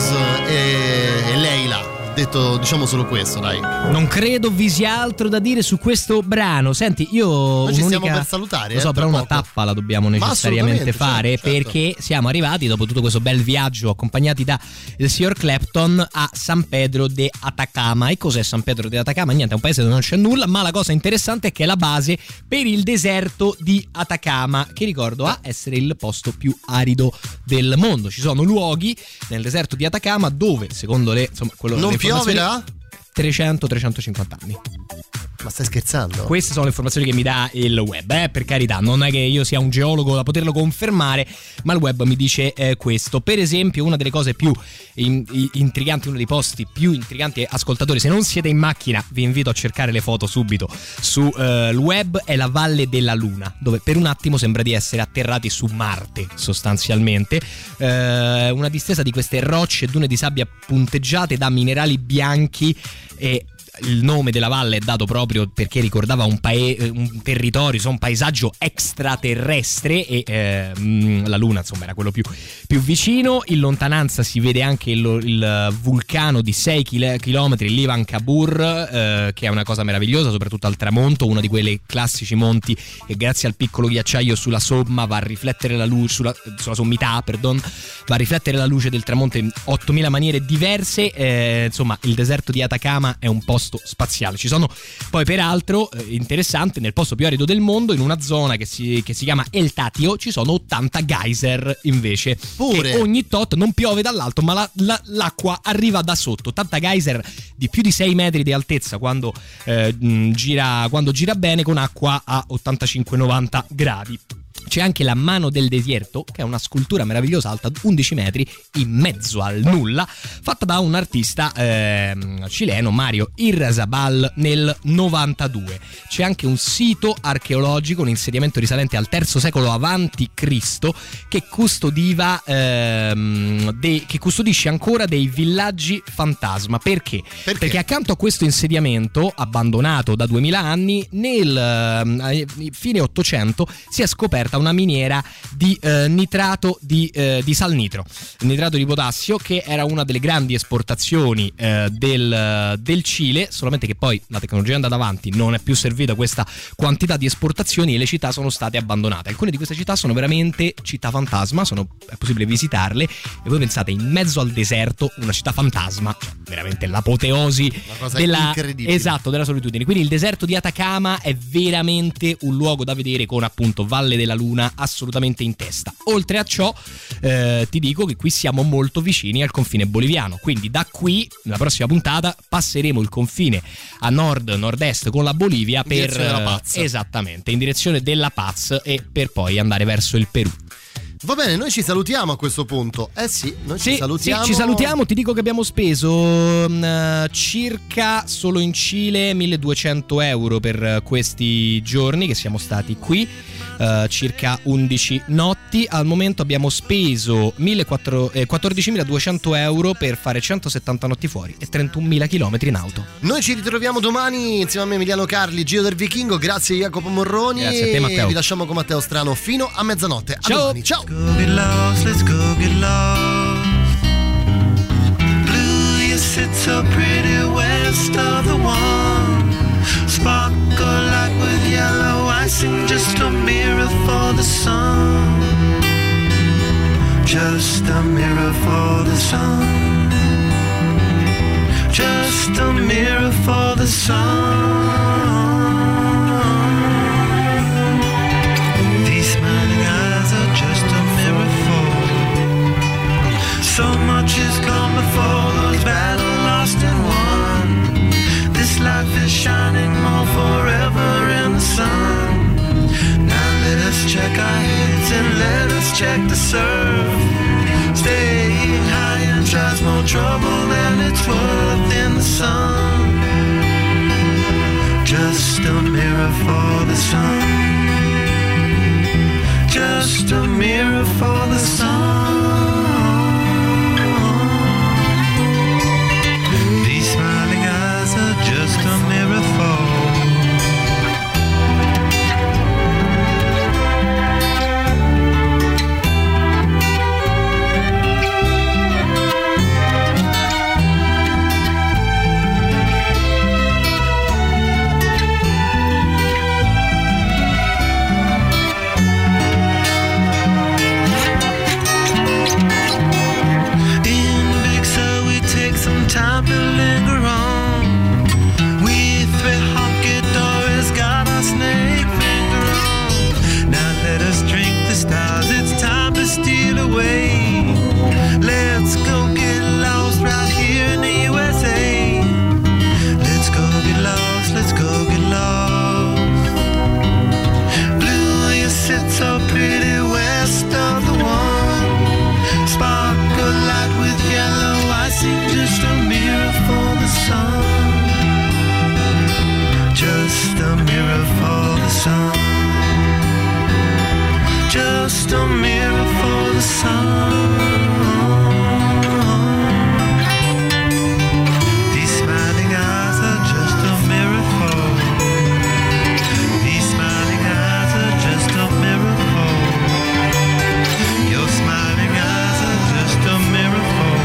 Rose e, e Leila. Detto, diciamo solo questo, dai. Non credo vi sia altro da dire su questo brano. Senti, io noi ci un'unica... stiamo per salutare. Lo so, eh, però una poco. tappa la dobbiamo necessariamente fare, certo, certo. perché siamo arrivati dopo tutto questo bel viaggio accompagnati da il signor Clapton a San Pedro de Atacama. E cos'è San Pedro de Atacama? Niente, è un paese dove non c'è nulla, ma la cosa interessante è che è la base per il deserto di Atacama, che ricordo a essere il posto più arido del mondo. Ci sono luoghi nel deserto di Atacama dove, secondo le, insomma, quello non le piove là? trecento trecentocinquanta anni. Ma stai scherzando? Queste sono le informazioni che mi dà il web, eh? Per carità, non è che io sia un geologo da poterlo confermare, ma il web mi dice eh, questo. Per esempio, una delle cose più in, intriganti, uno dei posti più intriganti, ascoltatori, se non siete in macchina vi invito a cercare le foto subito sul eh, web, è la Valle della Luna, dove per un attimo sembra di essere atterrati su Marte sostanzialmente. Eh, una distesa di queste rocce e dune di sabbia punteggiate da minerali bianchi, e il nome della valle è dato proprio perché ricordava un, pae- un territorio, un paesaggio extraterrestre, e eh, la Luna insomma era quello più, più vicino. In lontananza si vede anche il, il vulcano di sei chilometri, l'Ivancabur, eh, che è una cosa meravigliosa, soprattutto al tramonto, uno di quei classici monti che grazie al piccolo ghiacciaio sulla somma va a riflettere la luce, sulla, sulla sommità, perdon, va a riflettere la luce del tramonto in ottomila maniere diverse. Eh, insomma, il deserto di Atacama è un posto spaziale. Ci sono poi peraltro eh, interessante, nel posto più arido del mondo, in una zona che si, che si chiama El Tatio, ci sono ottanta geyser invece. Pure. E ogni tot non piove dall'alto, ma la, la, l'acqua arriva da sotto. ottanta geyser di più di sei metri di altezza quando, eh, gira, quando gira bene, con acqua a ottantacinque novanta gradi. C'è anche la Mano del Desierto, che è una scultura meravigliosa alta undici metri in mezzo al nulla, fatta da un artista eh, cileno, Mario Irrazabal, nel novantadue. C'è anche un sito archeologico, un insediamento risalente al terzo secolo avanti Cristo, che custodiva ehm, dei, che custodisce ancora dei villaggi fantasma. Perché? Perché? Perché accanto a questo insediamento, abbandonato da duemila anni, nel eh, fine ottocento si è scoperta una miniera di eh, nitrato di, eh, di salnitro, nitrato di potassio, che era una delle grandi esportazioni eh, del, del Cile, solamente che poi la tecnologia è andata avanti, non è più servita questa quantità di esportazioni e le città sono state abbandonate. Alcune di queste città sono veramente città fantasma, sono, è possibile visitarle, e voi pensate, in mezzo al deserto una città fantasma, cioè veramente l'apoteosi della, esatto, della solitudine. Quindi il deserto di Atacama è veramente un luogo da vedere, con appunto Valle della Luna assolutamente in testa. Oltre a ciò eh, ti dico che qui siamo molto vicini al confine boliviano, quindi da qui nella prossima puntata passeremo il confine a nord-nord-est con la Bolivia, per, in direzione della Paz. Esattamente, in direzione della Paz, e per poi andare verso il Perù. Va bene, noi ci salutiamo a questo punto. Eh sì, noi sì, ci salutiamo. Sì, ci salutiamo. Ti dico che abbiamo speso uh, circa solo in Cile milleduecento euro per questi giorni che siamo stati qui. Uh, circa undici notti. Al momento abbiamo speso quattordicimiladuecento euro per fare centosettanta notti fuori e trentunomila chilometri in auto. Noi ci ritroviamo domani insieme a me, Emiliano Carli, Gio del Vichingo. Grazie Jacopo Morroni. Grazie a te, Matteo. E vi lasciamo con Matteo Strano fino a mezzanotte. A ciao. domani. Ciao. Go get lost, let's go get lost. Blue, you sit so pretty west of the one. Sparkle like with yellow icing, just a mirror for the sun. Just a mirror for the sun. Just a mirror for the sun. These smiling eyes are just a mirror for. So much has gone before, those battles lost and won. This life is shining more forever in the sun. Now let us check our heads and let us check the surf. Staying high and tries more trouble than it's worth in the sun. Just a mirror for the sun. Just a mirror for the sun. These smiling eyes are just a mirror for. time to linger on. We three honky-dories got our snake finger on. Now let us drink the stars, it's time to steal away. Let's go get lost right here in the U S A. Let's go get lost, let's go get lost. Blue, you sit so pretty west of the one. Sparkle light with yellow, I see just a mirror for the sun. Just a mirror for the sun. Just a mirror for the sun. These smiling eyes are just a mirror for. These smiling eyes are just a mirror for. Your smiling eyes are just a mirror for.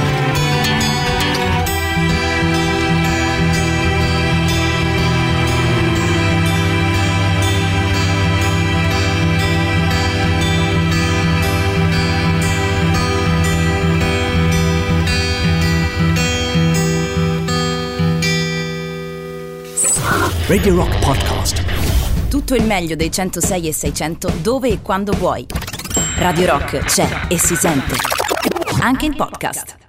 Radio Rock Podcast. Tutto il meglio dei centosei e seicento dove e quando vuoi. Radio Rock c'è e si sente. Anche in podcast.